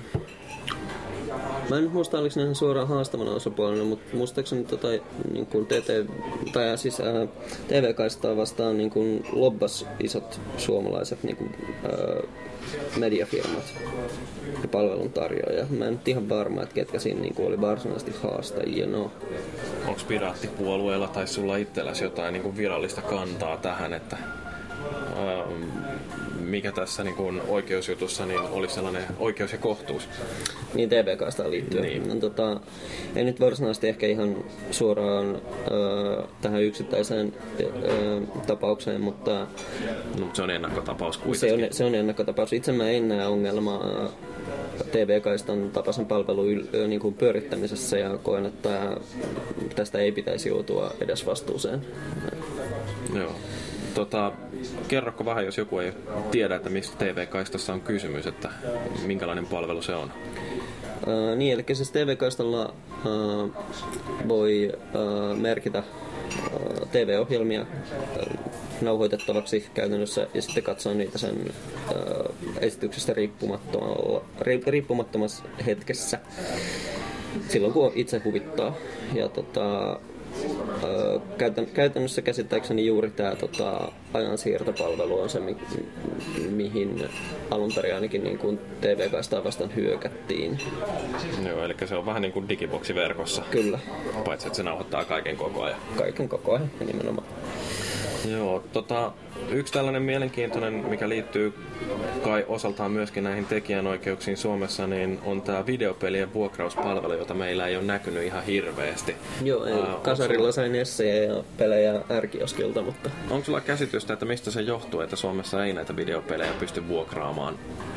Speaker 2: mä en muista, oliko ne suoraan haastavana osapuolena, mutta muistaakseni tota, niin kuin T T, tai siis äh, T V-kaistaa vastaan niin kuin lobbas isot suomalaiset niin kuin, äh, mediafirmat ja palveluntarjoajat. Mä en nyt ihan varma, että ketkä siinä niin oli varsinaisesti haastajia. No.
Speaker 1: Onko piraattipuolueella tai sulla itselläsi jotain niin kuin virallista kantaa tähän, että ähm, mikä tässä niin kuin oikeusjutussa niin oli sellainen oikeus ja kohtuus?
Speaker 2: Niin T V-kaistaan liittyen. Niin. No, tota, ei nyt varsinaisesti ehkä ihan suoraan äh, tähän yksittäiseen äh, tapaukseen, mutta
Speaker 1: no, se on ennakkotapaus kuitenkin.
Speaker 2: Se on, se on ennakkotapaus. Itse mä en näe ongelmaa T V-kaistan tapaisen palvelun niin kuin pyörittämisessä ja koen, että tästä ei pitäisi joutua edes vastuuseen.
Speaker 1: Joo. Tota, kerroko vähän, jos joku ei tiedä, että mistä T V-kaistassa on kysymys, että minkälainen palvelu se on?
Speaker 2: Uh, niin, eli siis T V-kaistalla uh, voi uh, merkita uh, T V-ohjelmia uh, nauhoitettavaksi käytännössä ja sitten katsoa niitä sen uh, esityksestä riippumattomassa hetkessä silloin, kun itse huvittaa. Ja tota, Käytän, käytännössä käsittääkseni juuri tämä tota, ajansiirtopalvelu on se, mi, mihin alun perin ainakin niin kuin T V-kaistaa vastaan hyökättiin.
Speaker 1: Joo, eli se on vähän niin kuin digiboksi verkossa.
Speaker 2: Kyllä.
Speaker 1: Paitsi, että se nauhoittaa kaiken koko ajan.
Speaker 2: Kaiken koko ajan, nimenomaan.
Speaker 1: Joo, tota, yksi tällainen mielenkiintoinen, mikä liittyy kai osaltaan myöskin näihin tekijänoikeuksiin Suomessa, niin on tämä videopelien vuokrauspalvelu, jota meillä ei ole näkynyt ihan hirveästi.
Speaker 2: Joo, ei. Uh, Kasarilla sain essejä ja pelejä R-kioskilta, mutta...
Speaker 1: Onko sulla käsitystä, että mistä se johtuu, että Suomessa ei näitä videopelejä pysty vuokraamaan?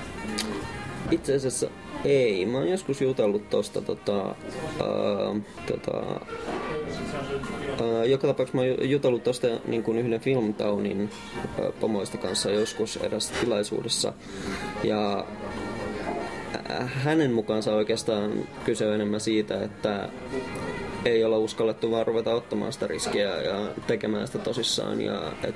Speaker 2: Itse asiassa ei. Mä oon joskus jutellut tosta tota... Uh, tota Uh, joka tapauksessa mä oon jutellut tuosta niin kuin yhden Filmtownin uh, pomoista kanssa joskus erässä tilaisuudessa. Ja uh, hänen mukaansa oikeastaan kyse on enemmän siitä, että ei olla uskallettu vaan ruveta ottamaan sitä riskiä ja tekemään sitä tosissaan. Ja et,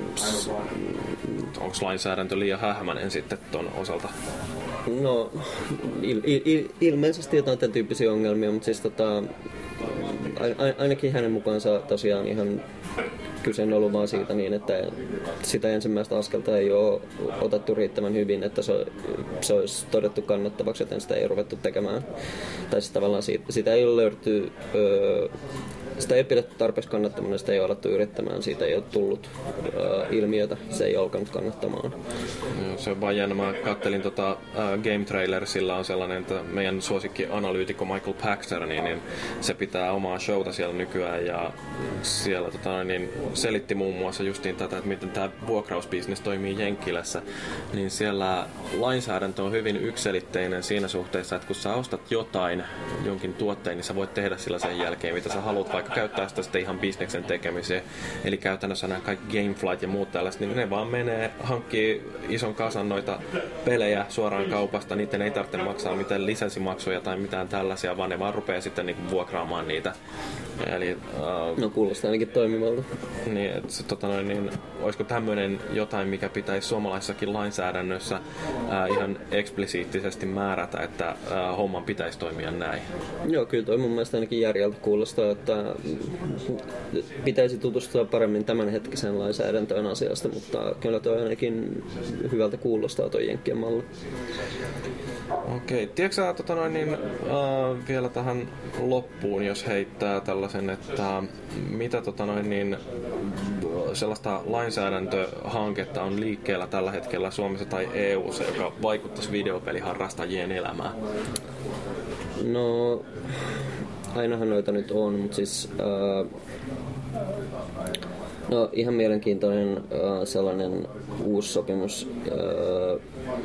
Speaker 1: onko lainsäädäntö liian hähmäinen sitten ton osalta?
Speaker 2: No, il, il, il, ilmeisesti jotain tämän tyyppisiä ongelmia, mutta siis tota... Ainakin hänen mukaansa tosiaan ihan kyse on ollut vaan siitä niin, että sitä ensimmäistä askelta ei ole otettu riittävän hyvin, että se, se olisi todettu kannattavaksi, joten sitä ei ruvettu tekemään. Tai siis tavallaan siitä, sitä ei ole löydetty, öö, sitä ei pidetty tarpeeksi kannattavana, sitä ei ole alettu yrittämään, siitä ei ole tullut öö, ilmiötä, se ei alkanut kannattamaan.
Speaker 1: Se on vaan jännä. Mä kattelin tota uh, Game Trailersilla on sellainen, että meidän suosikki-analyytikko Michael Paxter, niin, niin se pitää omaa showta siellä nykyään ja siellä tota, niin, selitti muun muassa justiin tätä, että miten tämä vuokrausbisnes toimii Jenkkilässä, niin siellä lainsäädäntö on hyvin yksiselitteinen siinä suhteessa, että kun sä ostat jotain, jonkin tuotteen, niin sä voit tehdä sillä sen jälkeen, mitä sä haluat, vaikka käyttää sitä sitten ihan bisneksen tekemiseen. Eli käytännössä nämä kaikki Gameflight ja muut tällaiset, niin ne vaan menee, hankkii ison kasan noita pelejä suoraan kaupasta, niiden ei tarvitse maksaa mitään lisenssimaksuja tai mitään tällaisia, vaan ne vaan rupeaa sitten niinku vuokraamaan niitä. Eli, uh,
Speaker 2: no kuulostaa ainakin toimivalta.
Speaker 1: Niin, et, tota noin, niin, olisiko tämmöinen jotain, mikä pitäisi suomalaisessakin lainsäädännössä uh, ihan eksplisiittisesti määrätä, että uh, homman pitäisi toimia näin?
Speaker 2: Joo, kyllä toi mun mielestä ainakin järjeltä kuulostaa, että pitäisi tutustua paremmin tämänhetkiseen lainsäädäntöön asiasta, mutta kyllä toi ainakin hyvältä kuulostaa toi jenkkien malli.
Speaker 1: Okei, tiedätkö sä tota noin, niin, uh, vielä tähän loppuun, jos heittää tällaisen, että mitä tota noin, niin, sellaista lainsäädäntöhanketta on liikkeellä tällä hetkellä Suomessa tai E U:ssa, joka vaikuttaisi videopeliharrastajien elämään?
Speaker 2: No, ainahan noita nyt on, mutta siis... Uh, no, ihan mielenkiintoinen uh, sellainen uusi sopimus, uh,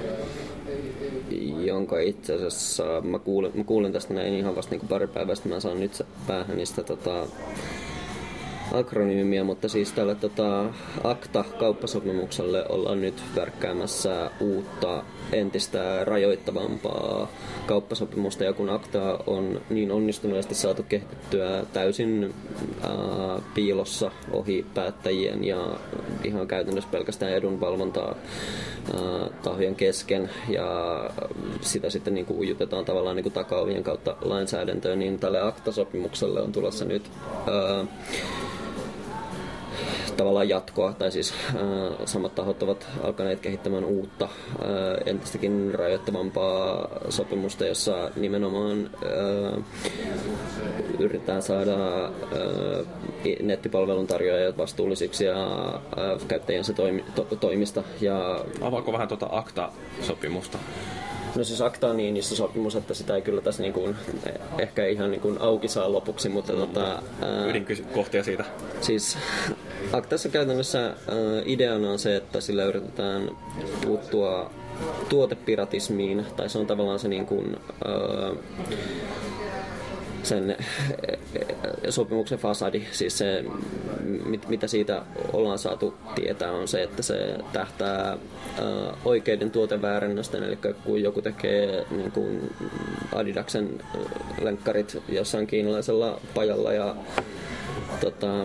Speaker 2: jonka itse asiassa mä kuulin, mä kuulin tästä näin ihan vasta niin pari päivää sitten, mä saan nyt päähän niistä tota, akronyymiä, mutta siis tällä tota, ACTA-kauppasopimukselle ollaan nyt värkkäämässä uutta entistä rajoittavampaa kauppasopimusta, ja kun ACTA on niin onnistuneesti saatu kehitettyä täysin ää, piilossa ohi päättäjien ja ihan käytännössä pelkästään edunvalvontaa ää, tahojen kesken, ja sitä sitten niin kuin ujutetaan tavallaan niin kuin takaovien kautta lainsäädäntöön, niin tälle ACTA-sopimukselle on tulossa nyt ää, tavallaan jatkoa, tai siis ää, samat tahot ovat alkaneet kehittämään uutta, ää, entistäkin rajoittavampaa sopimusta, jossa nimenomaan ää, yritetään saada ää, nettipalvelun tarjoajat vastuullisiksi ja ää, käyttäjänsä toimi, to, toimista. Ja
Speaker 1: avaako vähän tuota ACTA-sopimusta?
Speaker 2: No siis ACTA on niin iso sopimus, että sitä ei kyllä tässä niin kuin, ehkä ihan niin kuin auki saa lopuksi, mutta tota,
Speaker 1: ydinkohtia siitä.
Speaker 2: Siis ACTassa käytännössä ää, ideana on se, että sillä yritetään puuttua tuotepiratismiin, tai se on tavallaan se niin kuin, ää, sen sopimuksen fasadi, siis se, mitä siitä ollaan saatu tietää, on se, että se tähtää oikeiden tuoteväärännösten, eli kun joku tekee niin kuin Adidaksen lenkkarit jossain kiinalaisella pajalla ja tota,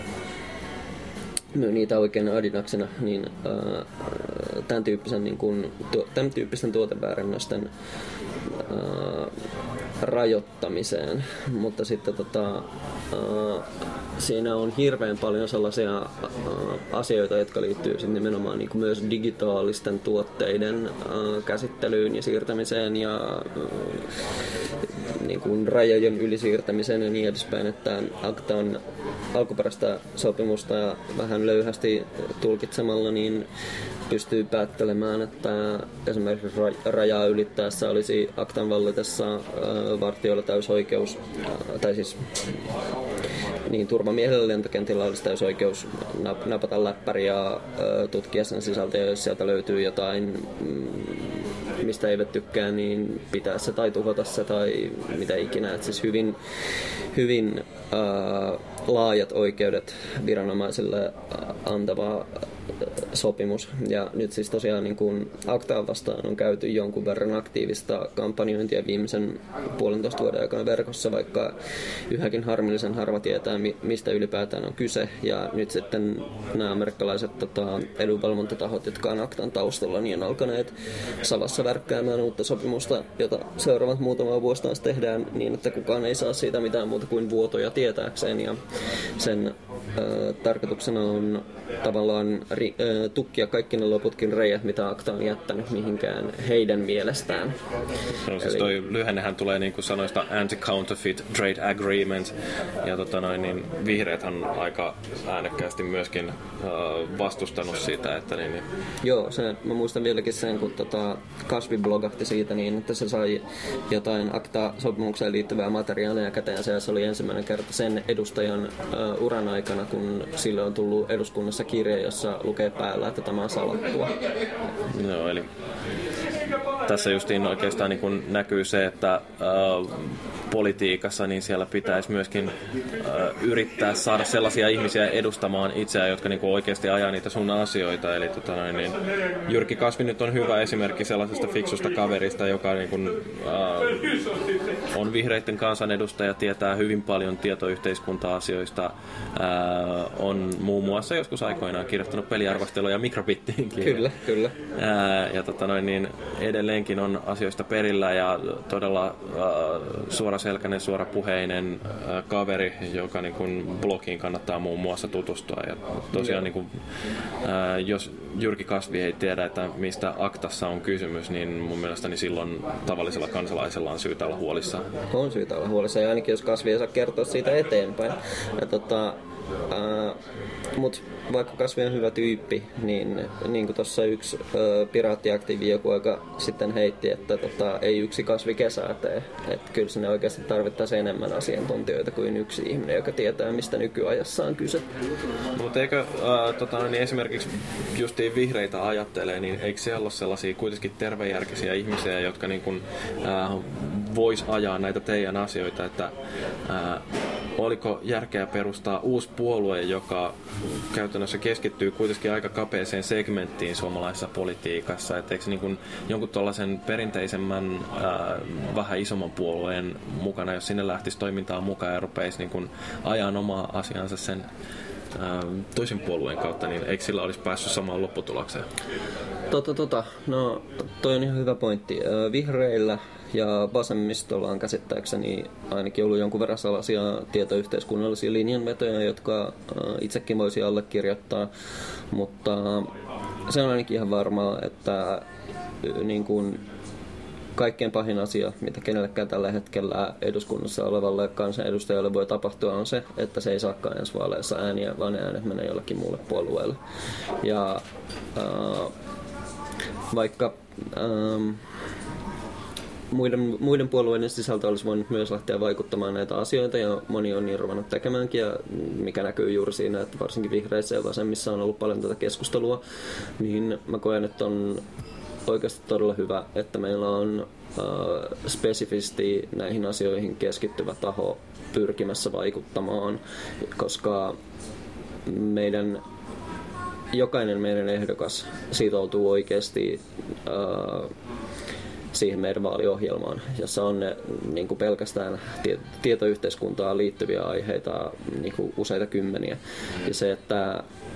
Speaker 2: myy niitä oikein Adidaksena, niin ää, tämän, tyyppisen, niin kuin, tämän tyyppisten tuoteväärännösten ää, rajoittamiseen, mutta sitten tota, ää, siinä on hirveän paljon sellaisia ää, asioita, jotka liittyy sitten nimenomaan niin kuin myös digitaalisten tuotteiden ää, käsittelyyn ja siirtämiseen ja ää, niin kuin rajojen ylisiirtämiseen ja niin edespäin, että ACTAn alkuperäistä sopimusta ja vähän löyhästi tulkitsemalla niin pystyy päättelemään, että esimerkiksi rajaa ylittäessä olisi ACTAn vallitessa vartijoilla täysoikeus, tai siis niin turvamiehellä lentokentillä olisi täysoikeus napata läppäri ja tutkia sen sisältöä, jos sieltä löytyy jotain, mistä eivät tykkää, niin pitää se tai tuhota se tai mitä ikinä. Et siis hyvin, hyvin ää, laajat oikeudet viranomaisille antava sopimus. Ja nyt siis tosiaan niin kuin ACTAa vastaan on käyty jonkun verran aktiivista kampanjointia viimeisen puolentoista vuoden aikana verkossa, vaikka yhäkin harmillisen harva tietää, mistä ylipäätään on kyse. Ja nyt sitten nämä amerikkalaiset tota, edunvalvontatahot, jotka on ACTAn taustalla, niin on alkaneet salassa värkkäämään uutta sopimusta, jota seuraavat muutamaa vuosi taas tehdään niin, että kukaan ei saa siitä mitään muuta kuin vuotoja tietääkseen. Ja sen äh, tarkoituksena on tavallaan ri, äh, tukkia kaikki ne loputkin reijät, mitä ACTA on jättänyt mihinkään heidän mielestään.
Speaker 1: No, siis toi lyhennehän tulee niin kuin sanoista Anti-Counterfeit Trade Agreement, ja tota noin, niin vihreät on aika äänekkäästi myöskin äh, vastustanut siitä, että niin, niin.
Speaker 2: Joo, se, mä muistan vieläkin sen, kun tota, Kasvi blogahti siitä niin, että se sai jotain ACTA-sopimukseen liittyvää materiaalia käteensä, ja se oli ensimmäinen kerta sen edustajan äh, uran aikana, kun sille on tullut eduskunnassa kirje, jossa lukee päällä, että tämä on salattua.
Speaker 1: Joo, eli tässä justiin oikeastaan niin kun näkyy se, että äh, politiikassa niin siellä pitäisi myöskin äh, yrittää saada sellaisia ihmisiä edustamaan itseään, jotka niin kun oikeasti ajaa niitä sun asioita. Eli tota noin, niin Jyrki Kasvi nyt on hyvä esimerkki sellaisesta fiksusta kaverista, joka niin kun, äh, on vihreiden kansanedustaja, tietää hyvin paljon tietoyhteiskunta-asioista, äh, on muun muassa joskus aikoinaan kirjoittanut peliarvosteluja Mikrobittiinkin.
Speaker 2: Kyllä, kyllä.
Speaker 1: Äh, ja tota noin, niin edelleenkin on asioista perillä ja todella äh, suoraselkäinen, suorapuheinen äh, kaveri, joka niin kuin blogiin kannattaa muun muassa tutustua. Ja tosiaan niin kuin, äh, jos Jyrki Kasvi ei tiedä, että mistä ACTassa on kysymys, niin mun mielestäni silloin tavallisella kansalaisella on syytä olla huolissaan.
Speaker 2: On syytä olla huolissaan, ja ainakin jos Kasvi ei saa kertoa siitä eteenpäin. Ja tota, äh, mut vaikka Kasvi on hyvä tyyppi, niin, niin kuin tuossa yksi ö, piraattiaktiivi joku aika sitten heitti, että tota, ei yksi Kasvi kesää tee. Että kyllä sinne oikeasti tarvittaisiin enemmän asiantuntijoita kuin yksi ihminen, joka tietää, mistä nykyajassa on kyse.
Speaker 1: Mutta eikö äh, tota, niin esimerkiksi justiin vihreitä ajattelee, niin eikö siellä ole sellaisia kuitenkin tervejärkisiä ihmisiä, jotka niin kun, äh, vois ajaa näitä teidän asioita, että äh, oliko järkeä perustaa uusi puolue, joka käytännössä keskittyy kuitenkin aika kapeeseen segmenttiin suomalaisessa politiikassa, että eikö niin kuin jonkun tuollaisen perinteisemmän ää, vähän isomman puolueen mukana, jos sinne lähtisi toimintaan mukaan ja rupeisi niin kuin ajan omaa asiansa sen ää, toisen puolueen kautta, niin eikö sillä olisi päässyt samaan lopputulokseen?
Speaker 2: Tota, tota, no toi on ihan hyvä pointti. Vihreillä ja vasemmistolla on käsittääkseni ainakin ollut jonkun verran sellaisia tietoyhteiskunnallisia linjanvetoja, jotka itsekin voisi allekirjoittaa, mutta se on ainakin ihan varmaa, että niin kuin kaikkein pahin asia, mitä kenellekään tällä hetkellä eduskunnassa olevalle kansanedustajalle voi tapahtua, on se, että se ei saakaan ensi vaaleissa ääniä, vaan ne äänet menee jollekin muulle puolueelle. Ja äh, vaikka ähm, muiden, muiden puolueiden sisältä olisi voinut myös lähteä vaikuttamaan näitä asioita, ja moni on niin ruvennut tekemäänkin, ja mikä näkyy juuri siinä, että varsinkin vihreissä ja vasemmissa on ollut paljon tätä keskustelua, niin mä koen, että on oikeasti todella hyvä, että meillä on äh, spesifisti näihin asioihin keskittyvä taho pyrkimässä vaikuttamaan, koska meidän, jokainen meidän ehdokas sitoutuu oikeasti äh, siihen meidän vaaliohjelmaan, jossa on ne niin kuin pelkästään tietoyhteiskuntaan liittyviä aiheita niin kuin useita kymmeniä. Ja se, että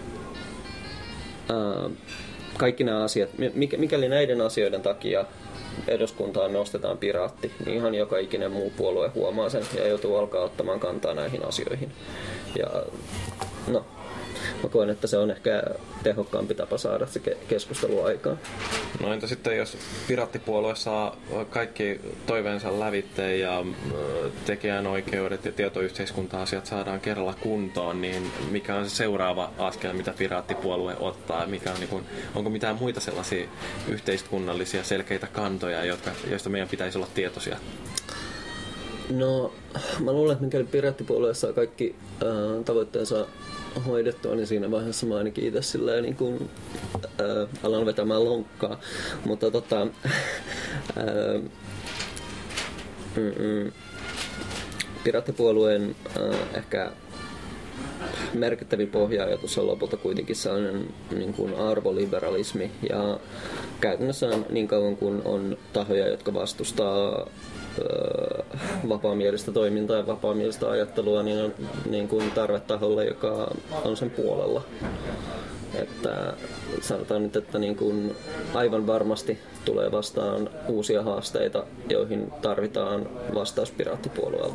Speaker 2: äh, kaikki nämä asiat, mikäli näiden asioiden takia eduskuntaan nostetaan piraatti, niin ihan joka ikinen muu puolue huomaa sen ja joutuu alkaa ottamaan kantaa näihin asioihin. Ja no, mä koen, että se on ehkä tehokkaampi tapa saada se keskustelu aikaan.
Speaker 1: No entä sitten, jos piraattipuolue saa kaikki toiveensa lävitteen ja tekijänoikeudet ja tietoyhteiskunta-asiat saadaan kerralla kuntoon, niin mikä on se seuraava askel, mitä piraattipuolue ottaa? Mikä on, niin kuin, onko mitään muita sellaisia yhteiskunnallisia selkeitä kantoja, jotka, joista meidän pitäisi olla tietoisia?
Speaker 2: No, mä luulen, että mikäli piraattipuolue saa kaikki äh, tavoitteensa hoidettua, niin siinä vaiheessa mä ainakin itse silleen niin kuin, ää, alan vetämään lonkkaa. Mutta tota, ää, mm, Piraattipuolueen ää, ehkä merkittävin pohja-ajatus on lopulta kuitenkin sellainen niin kuin arvoliberalismi. Ja käytännössä niin kauan kun on tahoja, jotka vastustaa vapaamielistä toimintaa ja vapaamielistä ajattelua, niin on niin kuin tarve taholle, joka on sen puolella. Että sanotaan nyt, että niin kuin aivan varmasti tulee vastaan uusia haasteita, joihin tarvitaan vastaus piraattipuolueelta.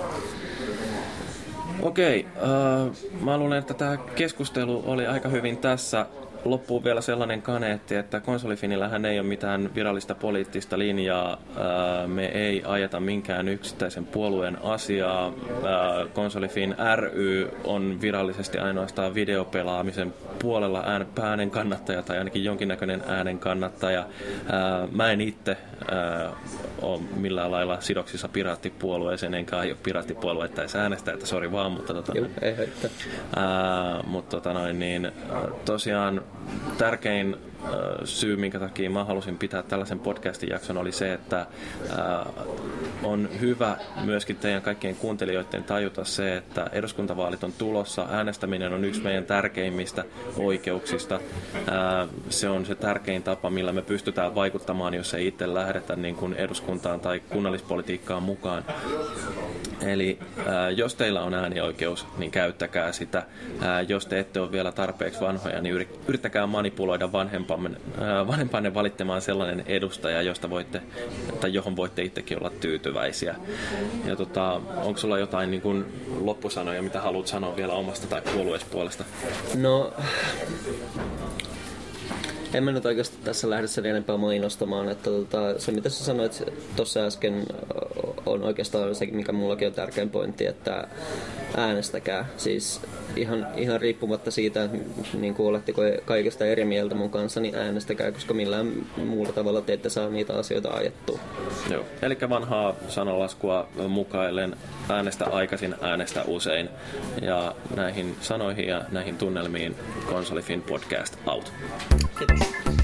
Speaker 1: Okei, äh, mä luulen, että tämä keskustelu oli aika hyvin tässä. Loppuu vielä sellainen kaneetti, että Konsolifinillähän ei ole mitään virallista poliittista linjaa. Me ei ajeta minkään yksittäisen puolueen asiaa. Konsolifin ry on virallisesti ainoastaan videopelaamisen puolella äänen kannattaja tai ainakin jonkinnäköinen äänen kannattaja. Mä en itse ole millään lailla sidoksissa piraattipuolueeseen, enkä aio piraattipuolueita edes äänestää, että sori vaan, mutta tota,
Speaker 2: Juh, ei haittaa.
Speaker 1: Ää, mutta tota noin, niin, tosiaan tärkein äh, syy, minkä takia mä halusin pitää tällaisen podcastin jakson, oli se, että äh, on hyvä myöskin teidän kaikkien kuuntelijoiden tajuta se, että eduskuntavaalit on tulossa. Äänestäminen on yksi meidän tärkeimmistä oikeuksista. Äh, se on se tärkein tapa, millä me pystytään vaikuttamaan, jos ei itse lähdetä niin kuin eduskuntaan tai kunnallispolitiikkaan mukaan. Eli ää, jos teillä on äänioikeus, niin käyttäkää sitä. Ää, jos te ette ole vielä tarpeeksi vanhoja, niin yrittäkää manipuloida vanhempanne, ää, vanhempanne valittamaan sellainen edustaja, josta voitte, tai johon voitte itsekin olla tyytyväisiä. Ja tota, onko sulla jotain niin kuin loppusanoja, mitä haluat sanoa vielä omasta tai puolueespuolesta?
Speaker 2: No, en mä nyt oikeasti tässä lähde sen enempää mainostamaan, että tota, se mitä sä sanoit tuossa äsken on oikeastaan se, mikä mullakin on tärkein pointti, että äänestäkää. Siis ihan, ihan riippumatta siitä, niin kuin oletteko kaikesta eri mieltä mun kanssa, niin äänestäkää, koska millään muulla tavalla te ette saa niitä asioita ajettua.
Speaker 1: Joo, eli vanhaa sanalaskua mukaillen äänestä aikaisin, äänestä usein. Ja näihin sanoihin ja näihin tunnelmiin Konsolifin podcast out.
Speaker 2: Kiitos.